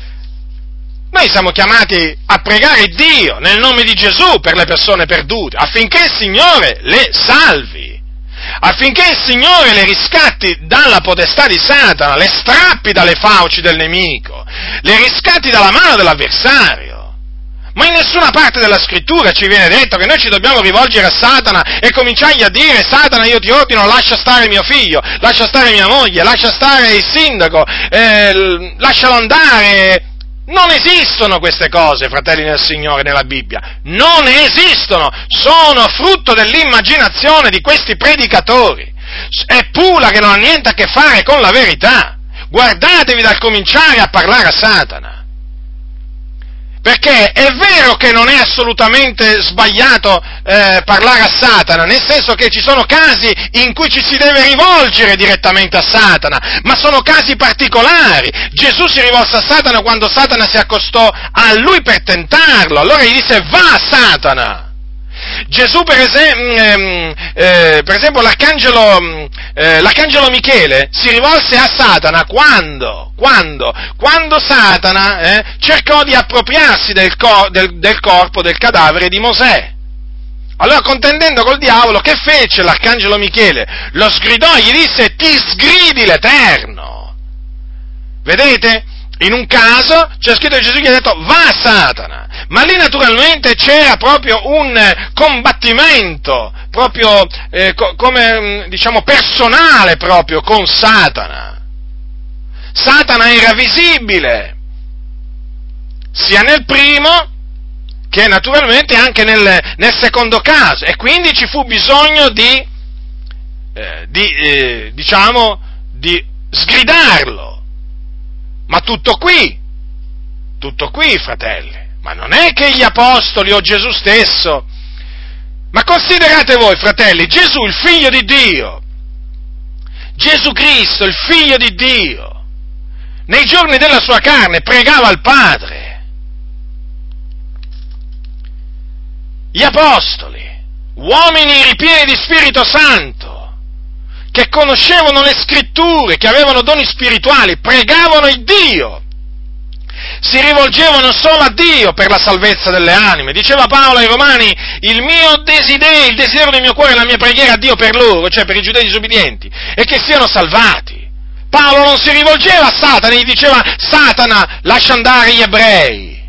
Noi siamo chiamati a pregare Dio nel nome di Gesù per le persone perdute, affinché il Signore le salvi, affinché il Signore le riscatti dalla potestà di Satana, le strappi dalle fauci del nemico, le riscatti dalla mano dell'avversario. Ma in nessuna parte della Scrittura ci viene detto che noi ci dobbiamo rivolgere a Satana e cominciargli a dire: Satana, io ti ordino, lascia stare mio figlio, lascia stare mia moglie, lascia stare il sindaco, eh, lascialo andare. Non esistono queste cose, fratelli del Signore, nella Bibbia. Non esistono! Sono frutto dell'immaginazione di questi predicatori. È pula che non ha niente a che fare con la verità. Guardatevi dal cominciare a parlare a Satana. Perché è vero che non è assolutamente sbagliato eh, parlare a Satana, nel senso che ci sono casi in cui ci si deve rivolgere direttamente a Satana, ma sono casi particolari. Gesù si rivolse a Satana quando Satana si accostò a lui per tentarlo, allora gli disse: va Satana! Gesù per, esem- eh, per esempio l'arcangelo, eh, l'arcangelo Michele si rivolse a Satana quando? Quando? Quando Satana eh, cercò di appropriarsi del, cor- del, del corpo, del cadavere di Mosè. Allora, contendendo col diavolo, che fece l'arcangelo Michele? Lo sgridò e gli disse: ti sgridi l'Eterno. Vedete? In un caso c'è scritto che Gesù gli ha detto: va Satana, ma lì naturalmente c'era proprio un combattimento, proprio eh, co- come diciamo personale proprio con Satana. Satana era visibile, sia nel primo che naturalmente anche nel, nel secondo caso, e quindi ci fu bisogno di, eh, di eh, diciamo, di sgridarlo. Ma tutto qui, tutto qui, fratelli, ma non è che gli apostoli o Gesù stesso, ma considerate voi, fratelli, Gesù, il figlio di Dio, Gesù Cristo, il figlio di Dio, nei giorni della sua carne pregava al Padre. Gli apostoli, uomini ripieni di Spirito Santo, che conoscevano le scritture, che avevano doni spirituali, pregavano il Dio, si rivolgevano solo a Dio per la salvezza delle anime. Diceva Paolo ai Romani: il mio desiderio, il desiderio del mio cuore e la mia preghiera a Dio per loro, cioè per i giudei disobbedienti, è che siano salvati. Paolo non si rivolgeva a Satana, gli diceva: Satana, lascia andare gli ebrei.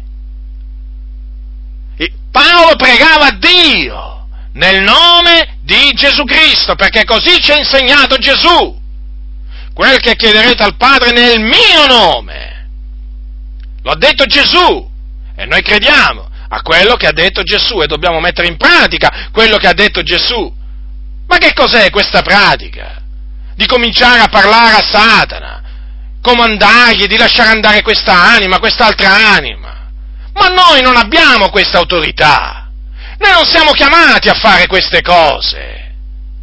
E Paolo pregava a Dio nel nome di Gesù Cristo, perché così ci ha insegnato Gesù: quel che chiederete al Padre nel mio nome. Lo ha detto Gesù, e noi crediamo a quello che ha detto Gesù e dobbiamo mettere in pratica quello che ha detto Gesù. Ma che cos'è questa pratica? Di cominciare a parlare a Satana, comandargli di lasciare andare questa anima, quest'altra anima? Ma noi non abbiamo questa autorità. Noi non siamo chiamati a fare queste cose.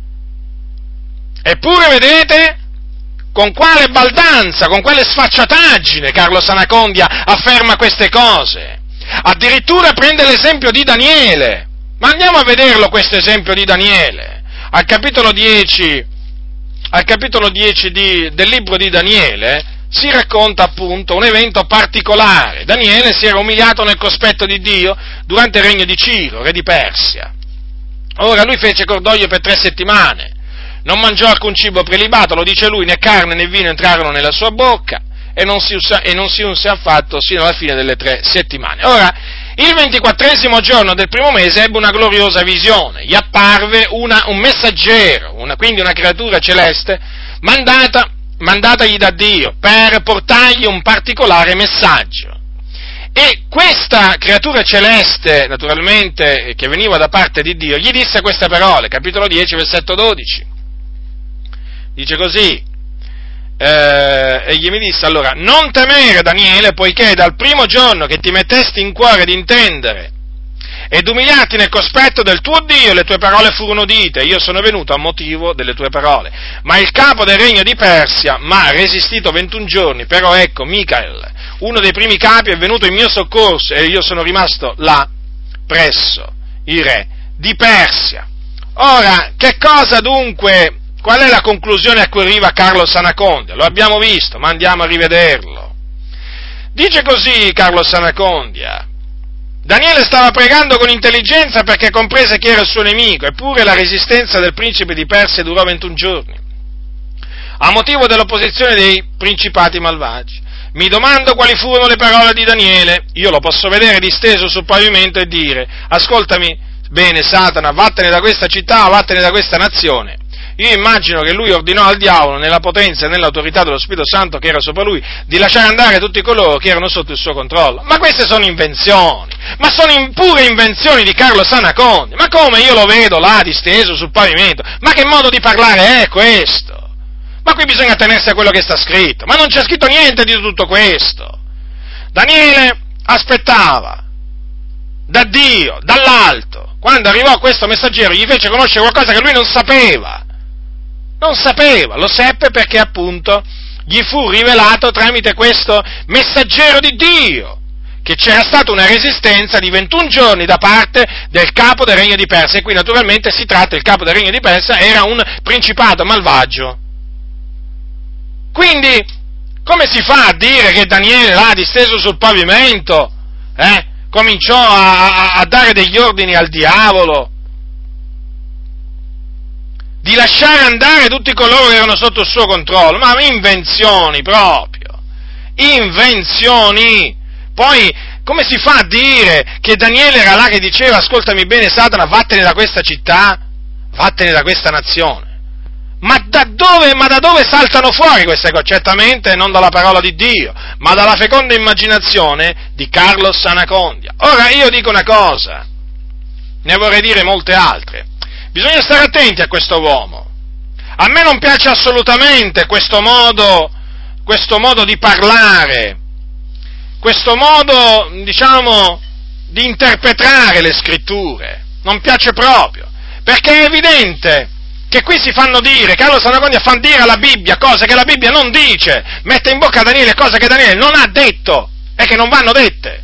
Eppure, vedete, con quale baldanza, con quale sfacciataggine Carlo Anacondia afferma queste cose. Addirittura prende l'esempio di Daniele. Ma andiamo a vederlo questo esempio di Daniele. Al capitolo dieci, al capitolo dieci di, del libro di Daniele si racconta appunto un evento particolare. Daniele si era umiliato nel cospetto di Dio durante il regno di Ciro, re di Persia. Ora lui fece cordoglio per tre settimane, non mangiò alcun cibo prelibato, lo dice lui, né carne né vino entrarono nella sua bocca e non si, usa, e non si unse affatto sino alla fine delle tre settimane. Ora, il ventiquattresimo giorno del primo mese ebbe una gloriosa visione, gli apparve una, un messaggero, una, quindi una creatura celeste, mandata, mandatagli da Dio per portargli un particolare messaggio. E questa creatura celeste, naturalmente, che veniva da parte di Dio, gli disse queste parole, capitolo dieci, versetto dodici. Dice così, eh, egli mi disse allora, non temere Daniele, poiché dal primo giorno che ti mettesti in cuore di intendere ed umiliarti nel cospetto del tuo Dio, le tue parole furono udite, io sono venuto a motivo delle tue parole. Ma il capo del regno di Persia m'ha resistito ventuno giorni, però ecco, Micael, uno dei primi capi, è venuto in mio soccorso e io sono rimasto là, presso il re di Persia. Ora, che cosa dunque, qual è la conclusione a cui arriva Carlo Sanacondia? Lo abbiamo visto, ma andiamo a rivederlo. Dice così Carlo Sanacondia: Daniele stava pregando con intelligenza perché comprese chi era il suo nemico, eppure la resistenza del principe di Persia durò ventuno giorni, a motivo dell'opposizione dei principati malvagi. Mi domando quali furono le parole di Daniele. Io lo posso vedere disteso sul pavimento e dire: ascoltami bene, Satana, vattene da questa città, vattene da questa nazione. Io immagino che lui ordinò al diavolo, nella potenza e nell'autorità dello Spirito Santo che era sopra lui, di lasciare andare tutti coloro che erano sotto il suo controllo. Ma queste sono invenzioni, ma sono in pure invenzioni di Carlo Sanacondia. Ma come io lo vedo là disteso sul pavimento? Ma che modo di parlare è questo? Ma qui bisogna tenersi a quello che sta scritto, ma non c'è scritto niente di tutto questo. Daniele aspettava da Dio, dall'alto, quando arrivò questo messaggero gli fece conoscere qualcosa che lui non sapeva, non sapeva, lo seppe perché appunto gli fu rivelato tramite questo messaggero di Dio, che c'era stata una resistenza di ventuno giorni da parte del capo del regno di Persia, e qui naturalmente si tratta, il capo del regno di Persia era un principato malvagio. Quindi, come si fa a dire che Daniele là, disteso sul pavimento, eh, cominciò a, a, a dare degli ordini al diavolo di lasciare andare tutti coloro che erano sotto il suo controllo? Ma invenzioni proprio, invenzioni. Poi, come si fa a dire che Daniele era là che diceva: ascoltami bene, Satana, vattene da questa città, vattene da questa nazione? Ma da dove, ma da dove saltano fuori queste cose? Certamente non dalla parola di Dio, ma dalla feconda immaginazione di Carlo Sanacondia. Ora io dico una cosa, ne vorrei dire molte altre. Bisogna stare attenti a questo uomo. A me non piace assolutamente questo modo, questo modo di parlare, questo modo, diciamo, di interpretare le scritture. Non piace proprio, perché è evidente che qui si fanno dire, Carlo Sanacondia fa dire alla Bibbia cose che la Bibbia non dice, mette in bocca a Daniele cose che Daniele non ha detto e che non vanno dette.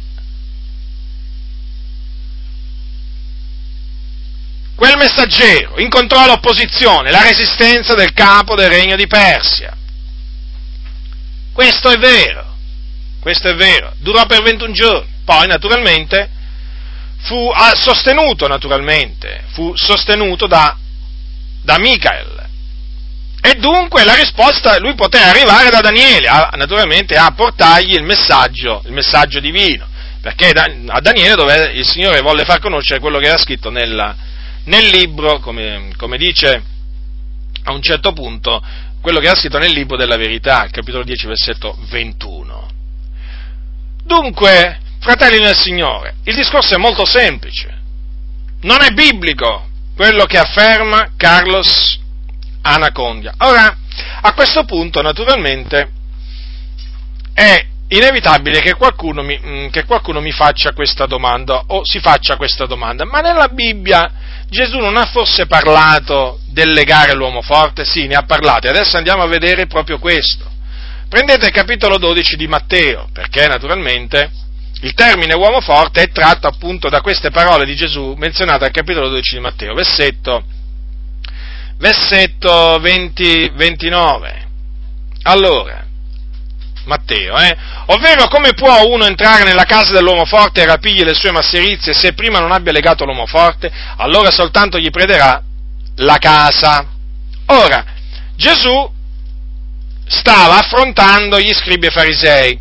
Quel messaggero incontrò l'opposizione, la resistenza del capo del regno di Persia. Questo è vero, questo è vero, durò per ventuno giorni, poi naturalmente fu sostenuto, naturalmente, fu sostenuto da da Micael, e dunque la risposta, lui poté arrivare da Daniele, a, naturalmente a portargli il messaggio, il messaggio divino, perché da, a Daniele dove il Signore volle far conoscere quello che era scritto nella, nel libro, come, come dice a un certo punto, quello che era scritto nel libro della verità, capitolo dieci, versetto ventuno. Dunque, fratelli nel Signore, il discorso è molto semplice, non è biblico quello che afferma Carlos Sanacondia. Ora, a questo punto, naturalmente, è inevitabile che qualcuno mi, che qualcuno mi faccia questa domanda, o si faccia questa domanda: ma nella Bibbia Gesù non ha forse parlato del legare l'uomo forte? Sì, ne ha parlato, e adesso andiamo a vedere proprio questo. Prendete il capitolo dodici di Matteo, perché naturalmente il termine uomo forte è tratto appunto da queste parole di Gesù menzionate al capitolo dodici di Matteo, versetto, versetto venti, ventinove. Allora, Matteo, eh? Ovvero, come può uno entrare nella casa dell'uomo forte e rapigli le sue masserizie se prima non abbia legato l'uomo forte? Allora soltanto gli prederà la casa. Ora, Gesù stava affrontando gli scribi e farisei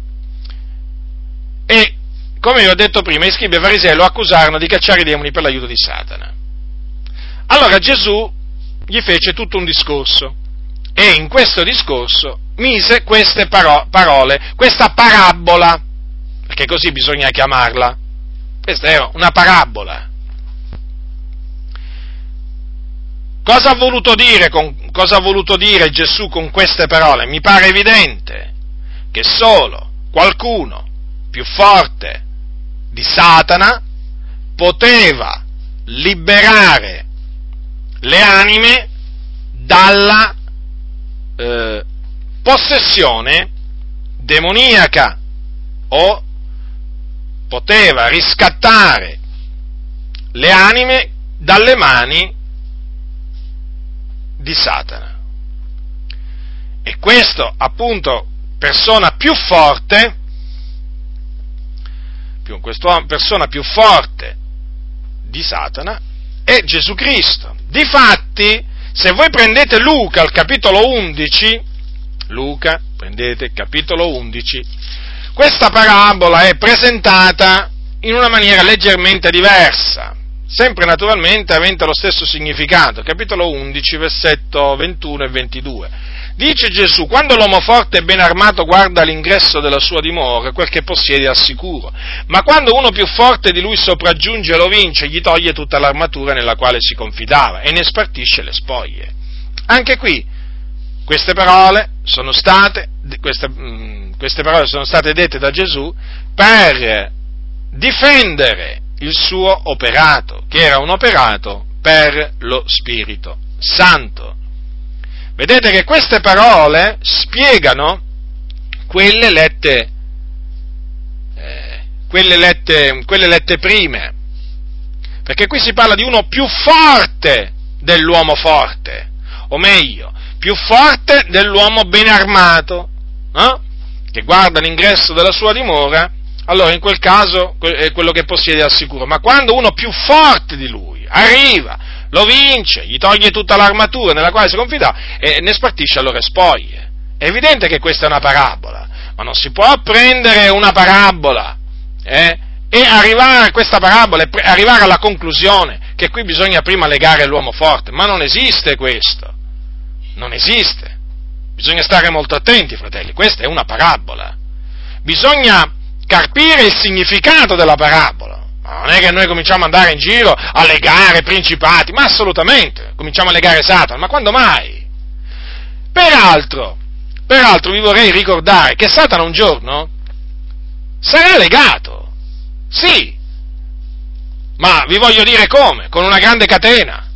e, come vi ho detto prima, gli scribi e farisei lo accusarono di cacciare i demoni per l'aiuto di Satana. Allora Gesù gli fece tutto un discorso e in questo discorso mise queste paro- parole, questa parabola, perché così bisogna chiamarla. Questa era una parabola. Cosa ha voluto dire, con, cosa ha voluto dire Gesù con queste parole? Mi pare evidente che solo qualcuno più forte di Satana poteva liberare le anime dalla eh, possessione demoniaca, o poteva riscattare le anime dalle mani di Satana. E questo, appunto, persona più forte, più, questa persona più forte di Satana è Gesù Cristo. Difatti, se voi prendete Luca al capitolo undici, Luca, prendete capitolo undici, questa parabola è presentata in una maniera leggermente diversa, sempre naturalmente avente lo stesso significato. Capitolo undici, versetto ventuno e ventidue. Dice Gesù: quando l'uomo forte e ben armato guarda all'ingresso della sua dimora, quel che possiede è al sicuro, ma quando uno più forte di lui sopraggiunge e lo vince, gli toglie tutta l'armatura nella quale si confidava e ne spartisce le spoglie. Anche qui queste parole sono state, queste, queste parole sono state dette da Gesù per difendere il suo operato, che era un operato per lo Spirito Santo. Vedete che queste parole spiegano quelle lette, eh, quelle lette, quelle lette prime, perché qui si parla di uno più forte dell'uomo forte, o meglio, più forte dell'uomo ben armato, no? Che guarda l'ingresso della sua dimora. Allora in quel caso è quello che possiede al sicuro, ma quando uno più forte di lui arriva, lo vince, gli toglie tutta l'armatura nella quale si confidava e ne spartisce allora spoglie. È evidente che questa è una parabola, ma non si può prendere una parabola eh, e arrivare a questa parabola e pre- arrivare alla conclusione che qui bisogna prima legare l'uomo forte, ma non esiste questo, non esiste. Bisogna stare molto attenti, fratelli, questa è una parabola. Bisogna carpire il significato della parabola. Ma non è che noi cominciamo ad andare in giro a legare principati, ma assolutamente, cominciamo a legare Satana, ma quando mai? Peraltro, peraltro vi vorrei ricordare che Satana un giorno sarà legato, sì, ma vi voglio dire come, con una grande catena,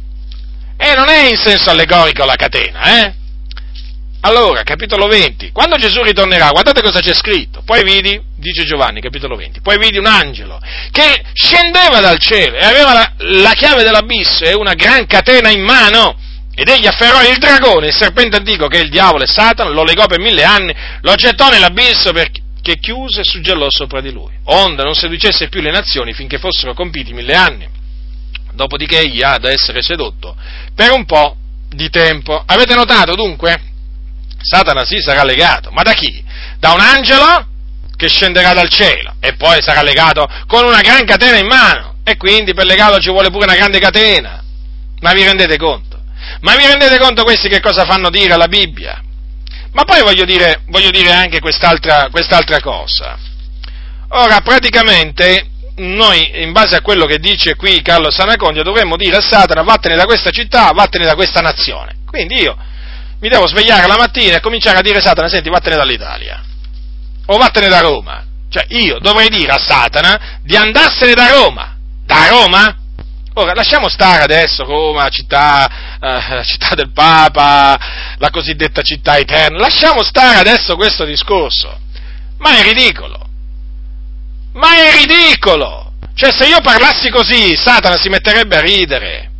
e non è in senso allegorico la catena, eh? Allora, capitolo venti, quando Gesù ritornerà, guardate cosa c'è scritto, poi vidi, dice Giovanni, capitolo venti, poi vidi un angelo che scendeva dal cielo e aveva la, la chiave dell'abisso e una gran catena in mano, ed egli afferrò il dragone, il serpente antico che è il diavolo e Satana, lo legò per mille anni, lo gettò nell'abisso perché chiuse e suggellò sopra di lui, onde non seducesse più le nazioni finché fossero compiti mille anni, dopodiché egli ha da essere sedotto per un po' di tempo. Avete notato dunque? Satana sì sarà legato, ma da chi? Da un angelo che scenderà dal cielo e poi sarà legato con una gran catena in mano, e quindi per legarlo ci vuole pure una grande catena. Ma vi rendete conto? Ma vi rendete conto questi che cosa fanno dire alla Bibbia? Ma poi voglio dire, voglio dire anche quest'altra, quest'altra cosa. Ora, praticamente, noi, in base a quello che dice qui Carlo Sanacondia, dovremmo dire a Satana: vattene da questa città, vattene da questa nazione. Quindi io mi devo svegliare la mattina e cominciare a dire a Satana: senti, vattene dall'Italia, o vattene da Roma. Cioè, io dovrei dire a Satana di andarsene da Roma. Da Roma? Ora, lasciamo stare adesso Roma, città, eh, città del Papa, la cosiddetta città eterna, lasciamo stare adesso questo discorso, ma è ridicolo. Ma è ridicolo! Cioè, se io parlassi così, Satana si metterebbe a ridere.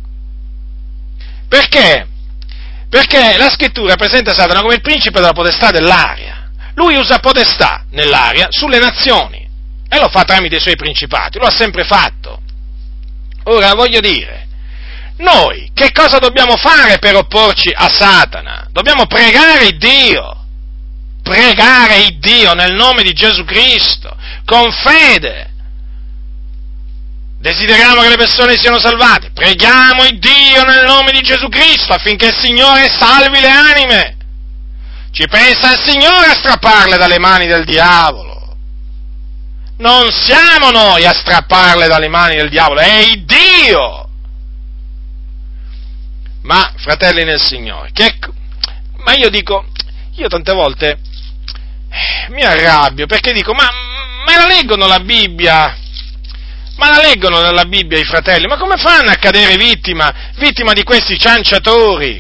Perché? Perché la scrittura presenta Satana come il principe della potestà dell'aria. Lui usa potestà nell'aria sulle nazioni e lo fa tramite i suoi principati, lo ha sempre fatto. Ora voglio dire, noi che cosa dobbiamo fare per opporci a Satana? Dobbiamo pregare Dio, pregare Dio nel nome di Gesù Cristo, con fede. Desideriamo che le persone siano salvate, preghiamo il Dio nel nome di Gesù Cristo affinché il Signore salvi le anime. Ci pensa il Signore a strapparle dalle mani del diavolo. Non siamo noi a strapparle dalle mani del diavolo, è il Dio. Ma, fratelli nel Signore, che, ma io dico, io tante volte eh, mi arrabbio perché dico, ma, ma la leggono la Bibbia? Ma la leggono nella Bibbia i fratelli? Ma come fanno a cadere vittima, vittima di questi cianciatori?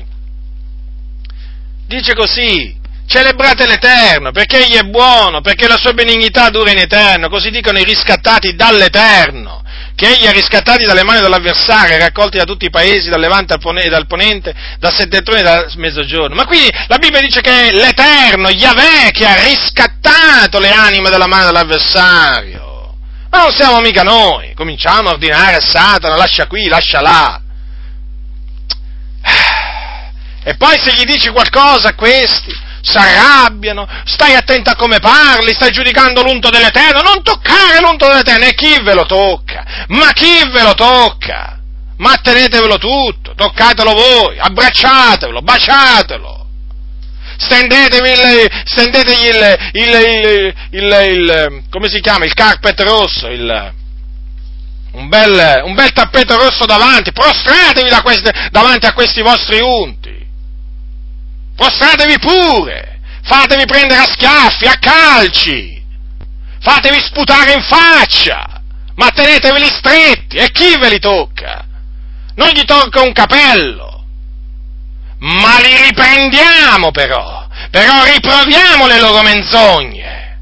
Dice così, celebrate l'Eterno, perché Egli è buono, perché la sua benignità dura in eterno, così dicono i riscattati dall'Eterno, che Egli ha riscattati dalle mani dell'avversario, raccolti da tutti i paesi, dal Levante al Ponente, dal Ponente, dal Settentrione e dal Mezzogiorno. Ma qui la Bibbia dice che è l'Eterno, Yahweh, che ha riscattato le anime dalla mano dell'avversario. Ma non siamo mica noi, cominciamo a ordinare a Satana, lascia qui, lascia là. E poi se gli dici qualcosa a questi, si arrabbiano, stai attento a come parli, stai giudicando l'unto dell'Eterno, non toccare l'unto dell'Eterno, e chi ve lo tocca? Ma chi ve lo tocca? Ma tenetevelo tutto, toccatelo voi, abbracciatevelo, baciatelo. Stendetevi il, stendetegli il, il, il, il, il, come si chiama, il carpet rosso, il, un, bel, un bel tappeto rosso davanti, prostratevi da queste, davanti a questi vostri unti, prostratevi pure, fatevi prendere a schiaffi, a calci, fatevi sputare in faccia, ma teneteveli stretti, e chi ve li tocca? Non gli tocca un capello. Ma li riprendiamo però, però riproviamo le loro menzogne.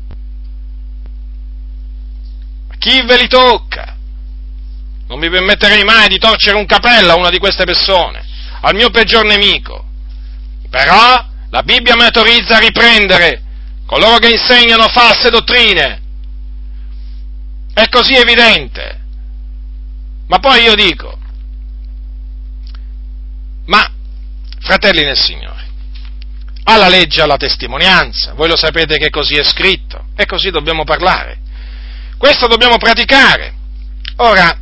Ma chi ve li tocca? Non mi permetterei mai di torcere un capello a una di queste persone, al mio peggior nemico. Però la Bibbia mi autorizza a riprendere coloro che insegnano false dottrine. È così evidente. Ma poi io dico, ma fratelli nel Signore, alla legge, alla testimonianza, voi lo sapete che così è scritto, e così dobbiamo parlare, questo dobbiamo praticare. Ora,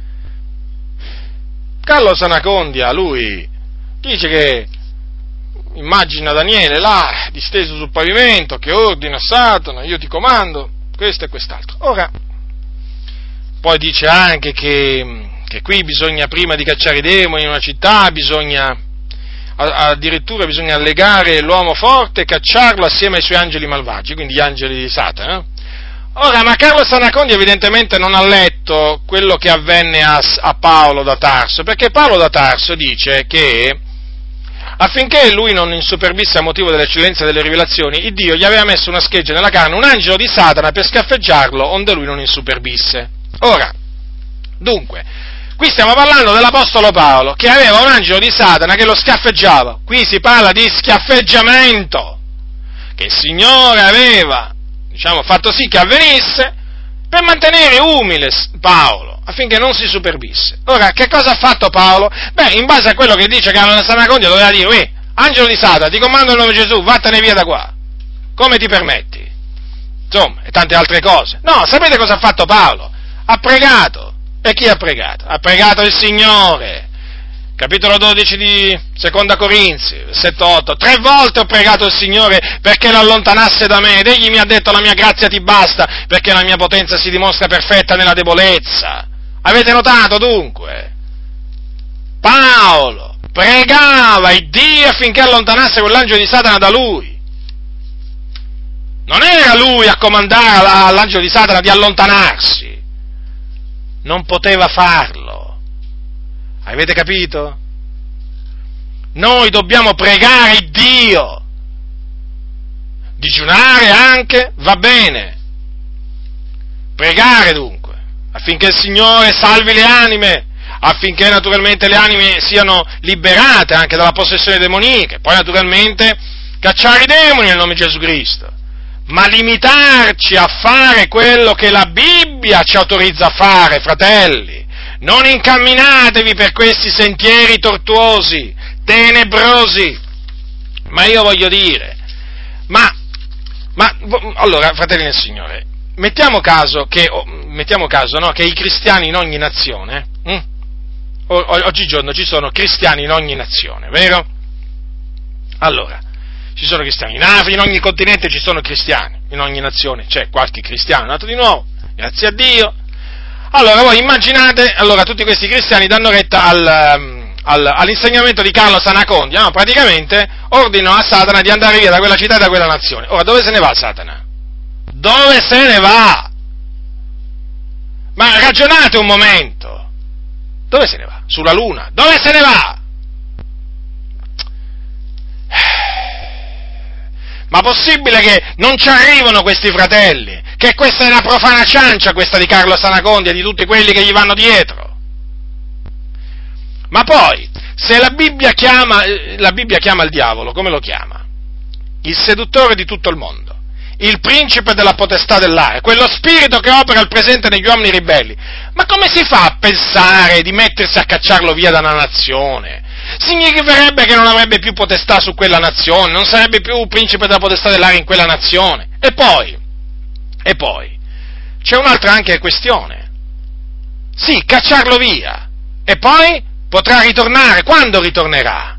Carlo Sanacondia, lui dice che immagina Daniele là, disteso sul pavimento, che ordina a Satana, io ti comando, questo e quest'altro. Ora, poi dice anche che, che qui bisogna, prima di cacciare i demoni in una città, bisogna addirittura bisogna legare l'uomo forte e cacciarlo assieme ai suoi angeli malvagi, quindi gli angeli di Satana. Ora, ma Carlo Sanacondia evidentemente non ha letto quello che avvenne a, a Paolo da Tarso, perché Paolo da Tarso dice che affinché lui non insuperbisse a motivo dell'eccellenza delle rivelazioni, il Dio gli aveva messo una scheggia nella carne, un angelo di Satana, per scaffeggiarlo, onde lui non insuperbisse. Ora, dunque, qui stiamo parlando dell'Apostolo Paolo, che aveva un angelo di Satana che lo scaffeggiava. Qui si parla di scaffeggiamento, che il Signore aveva, diciamo, fatto sì che avvenisse, per mantenere umile Paolo, affinché non si superbisse. Ora, che cosa ha fatto Paolo? Beh, in base a quello che dice Carlo Sanacondia, doveva dire, uè, angelo di Satana, ti comando il nome di Gesù, vattene via da qua. Come ti permetti? Insomma, e tante altre cose. No, sapete cosa ha fatto Paolo? Ha pregato. E chi ha pregato? Ha pregato il Signore. Capitolo dodici di Seconda Corinzi, versetto otto. Tre volte ho pregato il Signore perché lo allontanasse da me, ed egli mi ha detto: la mia grazia ti basta, perché la mia potenza si dimostra perfetta nella debolezza. Avete notato dunque? Paolo pregava il Dio affinché allontanasse quell'angelo di Satana da lui. Non era lui a comandare all'angelo di Satana di allontanarsi. Non poteva farlo. Avete capito? Noi dobbiamo pregare Dio. Digiunare anche va bene. Pregare dunque, affinché il Signore salvi le anime, affinché naturalmente le anime siano liberate anche dalla possessione demoniaca, poi naturalmente cacciare i demoni nel nome di Gesù Cristo, ma limitarci a fare quello che la Bibbia ci autorizza a fare, fratelli. Non incamminatevi per questi sentieri tortuosi, tenebrosi. Ma io voglio dire, ma, ma allora, fratelli nel Signore, mettiamo caso che, mettiamo caso, no, che i cristiani in ogni nazione, hm? oggigiorno ci sono cristiani in ogni nazione, vero? Allora, ci sono cristiani in Africa, in ogni continente ci sono cristiani, in ogni nazione c'è qualche cristiano nato di nuovo, grazie a Dio. Allora voi immaginate, allora tutti questi cristiani danno retta al, al, all'insegnamento di Carlo Sanacondi, no? Praticamente ordinano a Satana di andare via da quella città e da quella nazione. Ora, dove se ne va Satana? Dove se ne va? Ma ragionate un momento, dove se ne va? Sulla Luna, dove se ne va? Ma possibile che non ci arrivano questi fratelli? Che questa è una profana ciancia, questa di Carlo Sanacondi e di tutti quelli che gli vanno dietro? Ma poi, se la Bibbia chiama, la Bibbia chiama il diavolo, come lo chiama? Il seduttore di tutto il mondo, il principe della potestà dell'aria, quello spirito che opera al presente negli uomini ribelli. Ma come si fa a pensare di mettersi a cacciarlo via da una nazione? Significherebbe che non avrebbe più potestà su quella nazione, non sarebbe più principe della potestà dell'aria in quella nazione. E poi, e poi, c'è un'altra anche questione. Sì, cacciarlo via, e poi potrà ritornare. Quando ritornerà?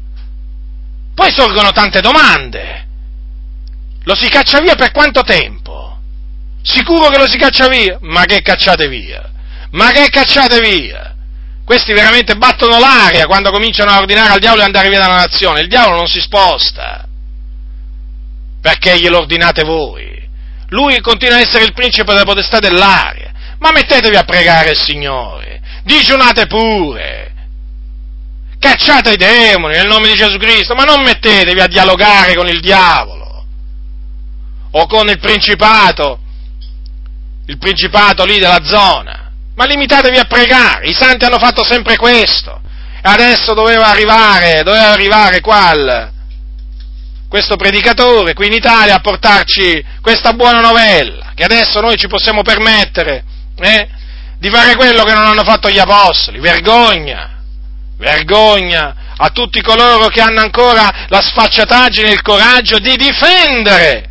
Poi sorgono tante domande. Lo si caccia via per quanto tempo? Sicuro che lo si caccia via? Ma che cacciate via? Ma che cacciate via? Questi veramente battono l'aria quando cominciano a ordinare al diavolo di andare via dalla nazione. Il diavolo non si sposta, perché glielo ordinate voi. Lui continua a essere il principe della potestà dell'aria. Ma mettetevi a pregare il Signore, digiunate pure, cacciate i demoni nel nome di Gesù Cristo, ma non mettetevi a dialogare con il diavolo o con il principato, il principato lì della zona. Ma limitatevi a pregare, i santi hanno fatto sempre questo, e adesso doveva arrivare, doveva arrivare qua questo predicatore qui in Italia a portarci questa buona novella, che adesso noi ci possiamo permettere eh, di fare quello che non hanno fatto gli apostoli. Vergogna, vergogna a tutti coloro che hanno ancora la sfacciataggine e il coraggio di difendere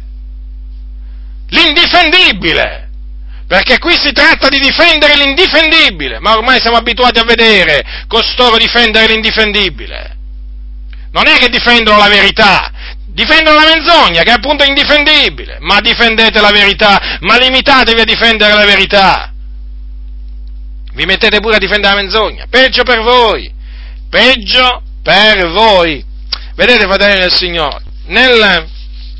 l'indifendibile. Perché qui si tratta di difendere l'indifendibile, ma ormai siamo abituati a vedere costoro difendere l'indifendibile. Non è che difendono la verità, difendono la menzogna, che è appunto indifendibile, ma difendete la verità, ma limitatevi a difendere la verità. Vi mettete pure a difendere la menzogna, peggio per voi, peggio per voi. Vedete, fratelli del Signore, nel...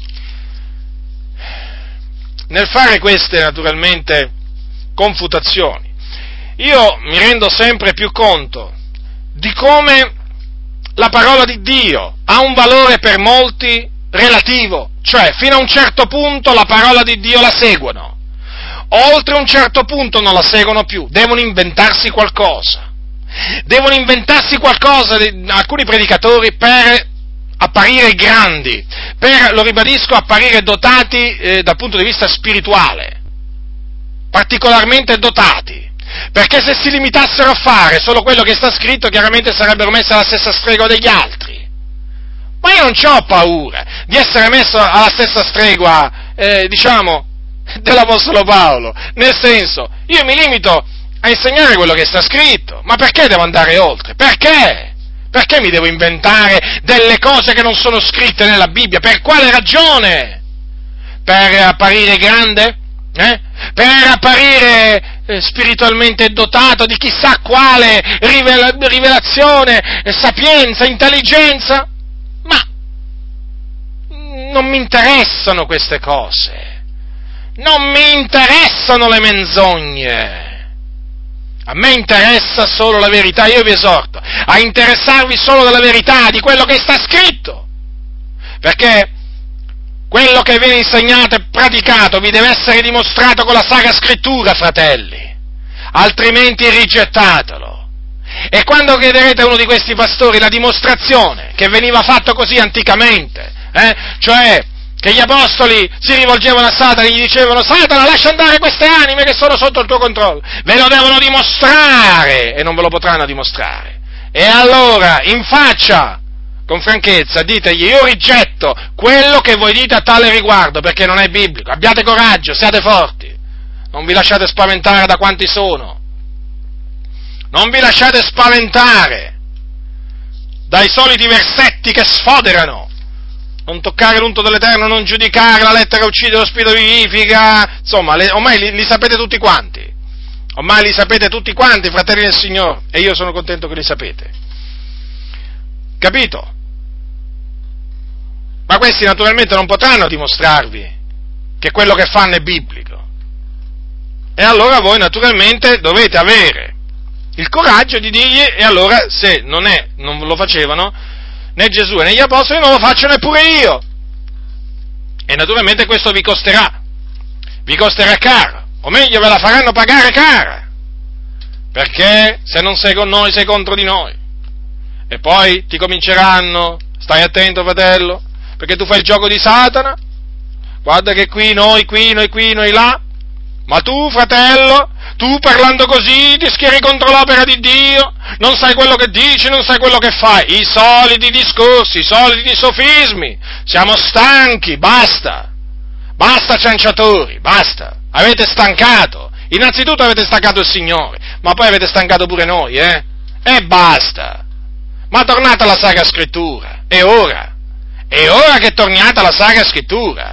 Nel fare queste, naturalmente, confutazioni, io mi rendo sempre più conto di come la parola di Dio ha un valore per molti relativo, cioè fino a un certo punto la parola di Dio la seguono, oltre un certo punto non la seguono più, devono inventarsi qualcosa, devono inventarsi qualcosa, alcuni predicatori, per apparire grandi, per, lo ribadisco, apparire dotati eh, dal punto di vista spirituale, particolarmente dotati, perché se si limitassero a fare solo quello che sta scritto, chiaramente sarebbero messi alla stessa stregua degli altri. Ma io non c'ho paura di essere messo alla stessa stregua, eh, diciamo, dell'Apostolo Paolo, nel senso, io mi limito a insegnare quello che sta scritto, ma perché devo andare oltre? Perché? Perché mi devo inventare delle cose che non sono scritte nella Bibbia? Per quale ragione? Per apparire grande? Eh? Per apparire eh, spiritualmente dotato di chissà quale rivela- rivelazione, eh, sapienza, intelligenza? Ma non mi interessano queste cose. Non mi interessano le menzogne. A me interessa solo la verità, io vi esorto a interessarvi solo della verità, di quello che sta scritto, perché quello che viene insegnato e praticato vi deve essere dimostrato con la Sacra Scrittura, fratelli, altrimenti rigettatelo. E quando chiederete a uno di questi pastori la dimostrazione che veniva fatto così anticamente, eh, cioè che gli apostoli si rivolgevano a Satana e gli dicevano: Satana, lascia andare queste anime che sono sotto il tuo controllo, ve lo devono dimostrare, e non ve lo potranno dimostrare. E allora, in faccia, con franchezza, ditegli: io rigetto quello che voi dite a tale riguardo, perché non è biblico. Abbiate coraggio, siate forti, non vi lasciate spaventare da quanti sono, non vi lasciate spaventare dai soliti versetti che sfoderano. Non toccare l'unto dell'Eterno, non giudicare, la lettera uccide, lo spirito vivifica, insomma, le, ormai li, li sapete tutti quanti, ormai li sapete tutti quanti, fratelli del Signore, e io sono contento che li sapete, capito? Ma questi naturalmente non potranno dimostrarvi che quello che fanno è biblico, e allora voi naturalmente dovete avere il coraggio di dirgli: e allora se non è, non lo facevano né Gesù né gli apostoli, non lo faccio neppure io. E naturalmente questo vi costerà, vi costerà caro, o meglio ve la faranno pagare cara, perché se non sei con noi sei contro di noi. E poi ti cominceranno: stai attento, fratello, perché tu fai il gioco di Satana, guarda che qui noi, qui noi, qui noi là, ma tu, fratello, tu parlando così ti schieri contro l'opera di Dio, non sai quello che dici, non sai quello che fai, i soliti discorsi, i soliti sofismi, siamo stanchi, basta, basta cianciatori, basta, avete stancato, innanzitutto avete stancato il Signore, ma poi avete stancato pure noi, eh, e basta, ma tornate alla Sacra Scrittura, è ora, è ora che torniate alla Sacra Scrittura.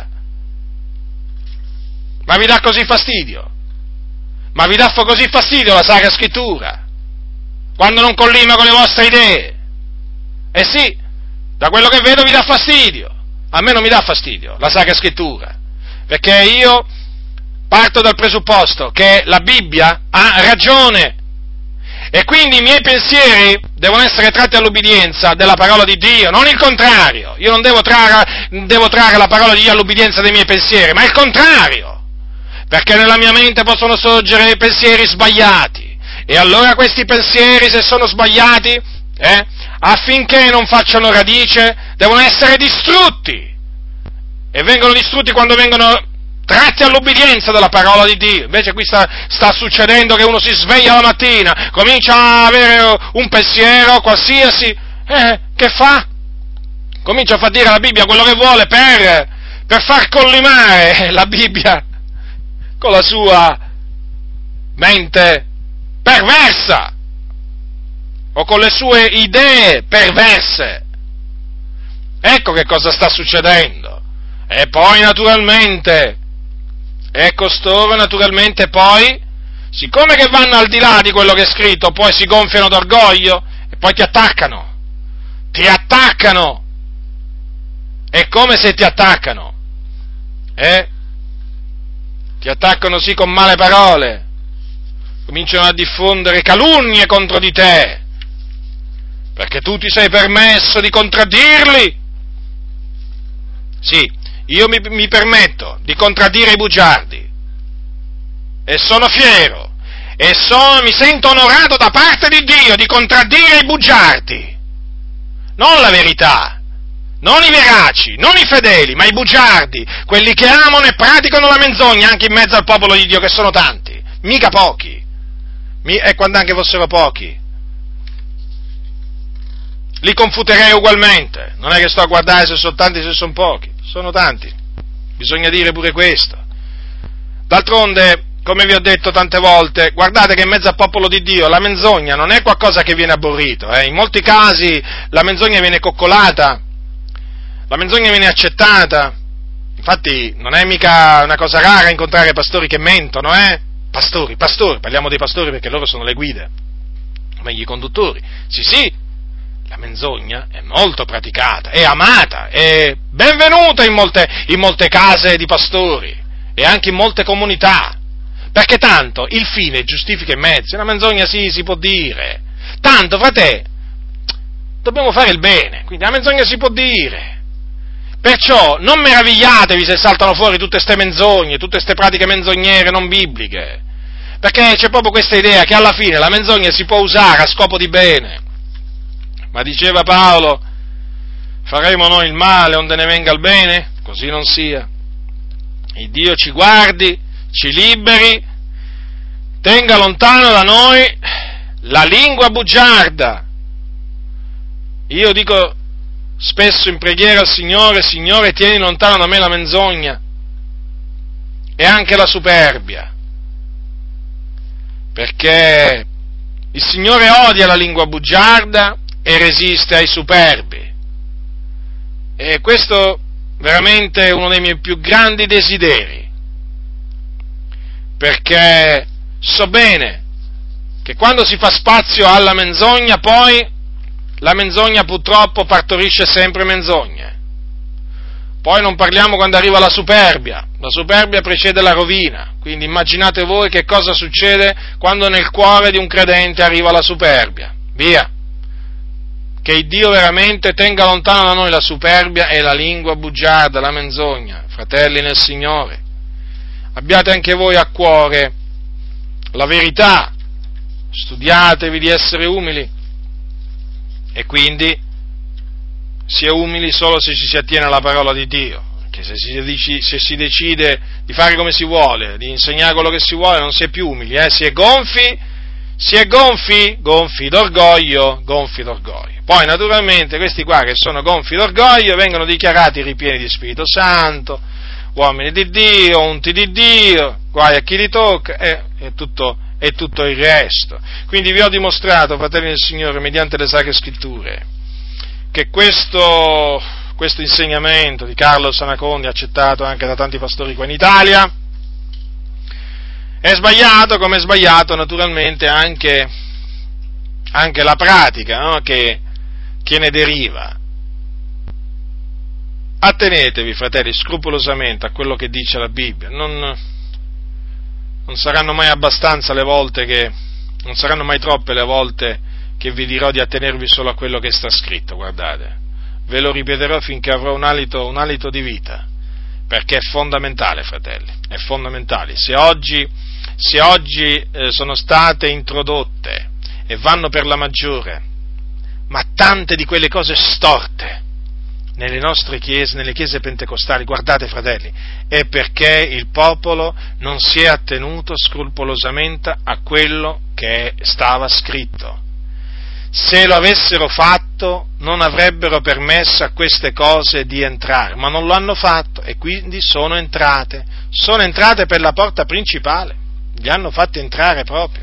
Ma vi dà così fastidio? Ma vi dà così fastidio la Sacra Scrittura? Quando non collima con le vostre idee? Eh sì, da quello che vedo vi dà fastidio. A me non mi dà fastidio la Sacra Scrittura, perché io parto dal presupposto che la Bibbia ha ragione, e quindi i miei pensieri devono essere tratti all'ubbidienza della parola di Dio, non il contrario. Io non devo trarre, devo trarre la parola di Dio all'ubbidienza dei miei pensieri, ma il contrario. Perché nella mia mente possono sorgere pensieri sbagliati, e allora questi pensieri, se sono sbagliati, eh, affinché non facciano radice, devono essere distrutti, e vengono distrutti quando vengono tratti all'ubbidienza della parola di Dio. Invece qui sta, sta succedendo che uno si sveglia la mattina, comincia a avere un pensiero qualsiasi, eh, che fa? Comincia a far dire alla Bibbia quello che vuole per, per far collimare la Bibbia con la sua mente perversa, o con le sue idee perverse. Ecco che cosa sta succedendo. E poi naturalmente, e costoro naturalmente poi, siccome che vanno al di là di quello che è scritto, poi si gonfiano d'orgoglio, e poi ti attaccano, ti attaccano, è come se ti attaccano, eh? Ti attaccano sì con male parole, cominciano a diffondere calunnie contro di te, perché tu ti sei permesso di contraddirli. Sì, io mi, mi permetto di contraddire i bugiardi, e sono fiero, e sono, mi sento onorato da parte di Dio di contraddire i bugiardi, non la verità. Non i veraci, non i fedeli, ma i bugiardi, quelli che amano e praticano la menzogna anche in mezzo al popolo di Dio, che sono tanti, mica pochi, Mi, e quando anche fossero pochi, li confuterei ugualmente, non è che sto a guardare se sono tanti o se sono pochi, sono tanti, bisogna dire pure questo. D'altronde, come vi ho detto tante volte, guardate che in mezzo al popolo di Dio la menzogna non è qualcosa che viene aborrito, eh? In molti casi la menzogna viene coccolata, la menzogna viene accettata. Infatti non è mica una cosa rara incontrare pastori che mentono, eh? Pastori, pastori, parliamo dei pastori perché loro sono le guide, o meglio i conduttori. Sì, sì, la menzogna è molto praticata, è amata, è benvenuta in molte, in molte case di pastori e anche in molte comunità, perché tanto il fine giustifica i mezzi. La menzogna sì, si può dire, tanto, frate, dobbiamo fare il bene, quindi la menzogna si può dire. Perciò non meravigliatevi se saltano fuori tutte ste menzogne, tutte ste pratiche menzognere non bibliche, perché c'è proprio questa idea che alla fine la menzogna si può usare a scopo di bene. Ma diceva Paolo, faremo noi il male onde ne venga il bene? Così non sia. Il Dio ci guardi, ci liberi, tenga lontano da noi la lingua bugiarda. Io dico spesso in preghiera al Signore: Signore, tieni lontano da me la menzogna e anche la superbia, perché il Signore odia la lingua bugiarda e resiste ai superbi, e questo veramente è uno dei miei più grandi desideri, perché so bene che quando si fa spazio alla menzogna, poi la menzogna purtroppo partorisce sempre menzogne. Poi non parliamo quando arriva la superbia, la superbia precede la rovina, quindi immaginate voi che cosa succede quando nel cuore di un credente arriva la superbia. Via! Che il Dio veramente tenga lontano da noi la superbia e la lingua bugiarda, la menzogna. Fratelli nel Signore, abbiate anche voi a cuore la verità, studiatevi di essere umili, e quindi si è umili solo se ci si attiene alla parola di Dio, perché se si, se si decide di fare come si vuole, di insegnare quello che si vuole, non si è più umili, eh? si è gonfi, si è gonfi, gonfi d'orgoglio, gonfi d'orgoglio. Poi naturalmente questi qua che sono gonfi d'orgoglio vengono dichiarati ripieni di Spirito Santo, uomini di Dio, unti di Dio, guai a chi li tocca, e, e tutto e tutto il resto. Quindi vi ho dimostrato, fratelli del Signore, mediante le Sacre Scritture, che questo, questo insegnamento di Carlo Sanacondi, accettato anche da tanti pastori qua in Italia, è sbagliato, come è sbagliato naturalmente anche, anche la pratica, no? che, che ne deriva. Attenetevi, fratelli, scrupolosamente a quello che dice la Bibbia, non... Non saranno mai abbastanza le volte che, non saranno mai troppe le volte che vi dirò di attenervi solo a quello che sta scritto, guardate. Ve lo ripeterò finché avrò un alito, un alito di vita, perché è fondamentale, fratelli, è fondamentale. Se oggi, se oggi eh, sono state introdotte e vanno per la maggiore, ma tante di quelle cose storte, nelle nostre chiese, nelle chiese pentecostali, guardate fratelli, è perché il popolo non si è attenuto scrupolosamente a quello che stava scritto. Se lo avessero fatto non avrebbero permesso a queste cose di entrare, ma non lo hanno fatto e quindi sono entrate, sono entrate per la porta principale, li hanno fatti entrare proprio.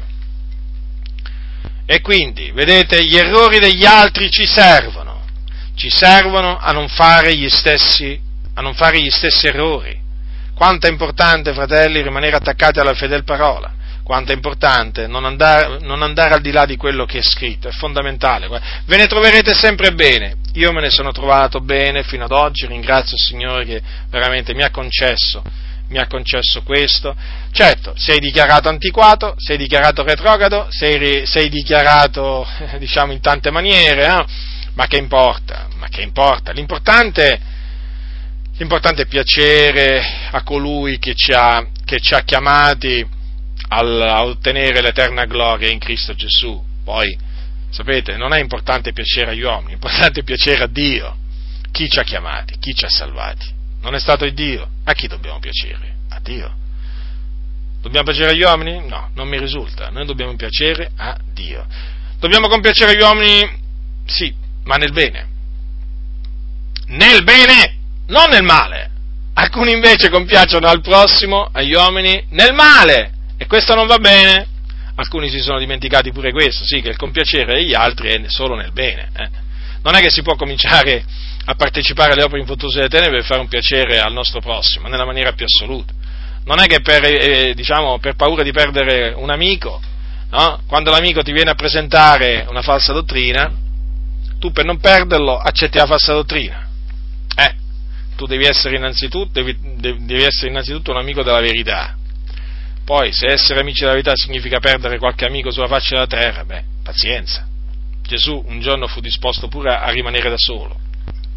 E quindi, vedete, gli errori degli altri ci servono. Ci servono a non fare gli stessi, a non fare gli stessi errori. Quanto è importante, fratelli, rimanere attaccati alla fedele parola. Quanto è importante non andare, non andare al di là di quello che è scritto, è fondamentale. Ve ne troverete sempre bene. Io me ne sono trovato bene fino ad oggi, ringrazio il Signore che veramente mi ha concesso, mi ha concesso questo. Certo, sei dichiarato antiquato, sei dichiarato retrogrado, sei, sei dichiarato, diciamo, in tante maniere, eh? Ma che importa? Ma che importa? L'importante, l'importante è piacere a colui che ci ha, che ci ha chiamati al, a ottenere l'eterna gloria in Cristo Gesù. Poi, sapete, non è importante piacere agli uomini, è importante piacere a Dio. Chi ci ha chiamati? Chi ci ha salvati? Non è stato il Dio? A chi dobbiamo piacere? A Dio. Dobbiamo piacere agli uomini? No, non mi risulta. Noi dobbiamo piacere a Dio. Dobbiamo compiacere agli uomini? Sì, ma nel bene. Nel bene, non nel male. Alcuni invece compiacciono al prossimo, agli uomini, nel male, e questo non va bene. Alcuni si sono dimenticati pure questo, sì, che il compiacere degli altri è solo nel bene. Eh. Non è che si può cominciare a partecipare alle opere infruttuose delle tenebre per fare un piacere al nostro prossimo, nella maniera più assoluta. Non è che per, eh, diciamo, per paura di perdere un amico, no? Quando l'amico ti viene a presentare una falsa dottrina, tu per non perderlo accetti la falsa dottrina. Eh, tu devi essere innanzitutto, devi, devi essere innanzitutto un amico della verità. Poi, se essere amici della verità significa perdere qualche amico sulla faccia della terra, beh, pazienza. Gesù un giorno fu disposto pure a rimanere da solo.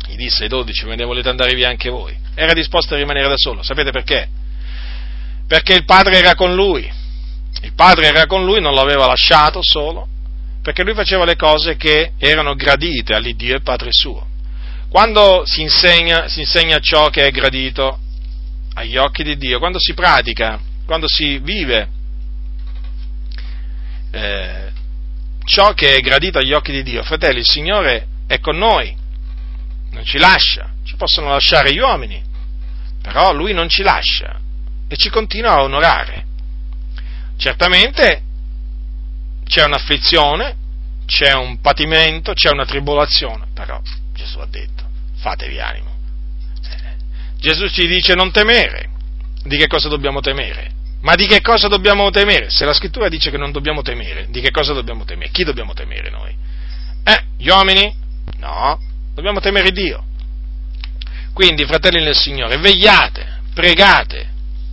Gli disse ai dodici: ve ne volete andare via anche voi? Era disposto a rimanere da solo. Sapete perché? Perché il Padre era con lui. Il Padre era con lui, non l'aveva lasciato solo, perché lui faceva le cose che erano gradite all'Iddio e Padre suo. Quando si insegna, si insegna ciò che è gradito agli occhi di Dio, quando si pratica, quando si vive eh, ciò che è gradito agli occhi di Dio, fratelli, il Signore è con noi, non ci lascia. Ci possono lasciare gli uomini, però Lui non ci lascia e ci continua a onorare. Certamente c'è un'afflizione, c'è un patimento, c'è una tribolazione, però Gesù ha detto: fatevi animo. Gesù ci dice: non temere. Di che cosa dobbiamo temere? Ma di che cosa dobbiamo temere? Se la Scrittura dice che non dobbiamo temere, di che cosa dobbiamo temere? Chi dobbiamo temere noi? Eh, gli uomini? No, dobbiamo temere Dio. Quindi, fratelli nel Signore, vegliate, pregate,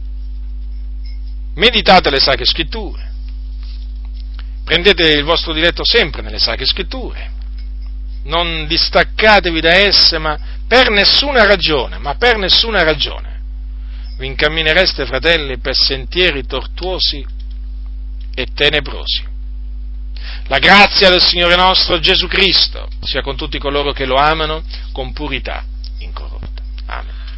meditate le Sacre Scritture, prendete il vostro diletto sempre nelle Sacre Scritture, non distaccatevi da esse, ma per nessuna ragione, ma per nessuna ragione. Vi incamminereste, fratelli, per sentieri tortuosi e tenebrosi. La grazia del Signore nostro Gesù Cristo sia con tutti coloro che lo amano con purità incorrotta. Amen.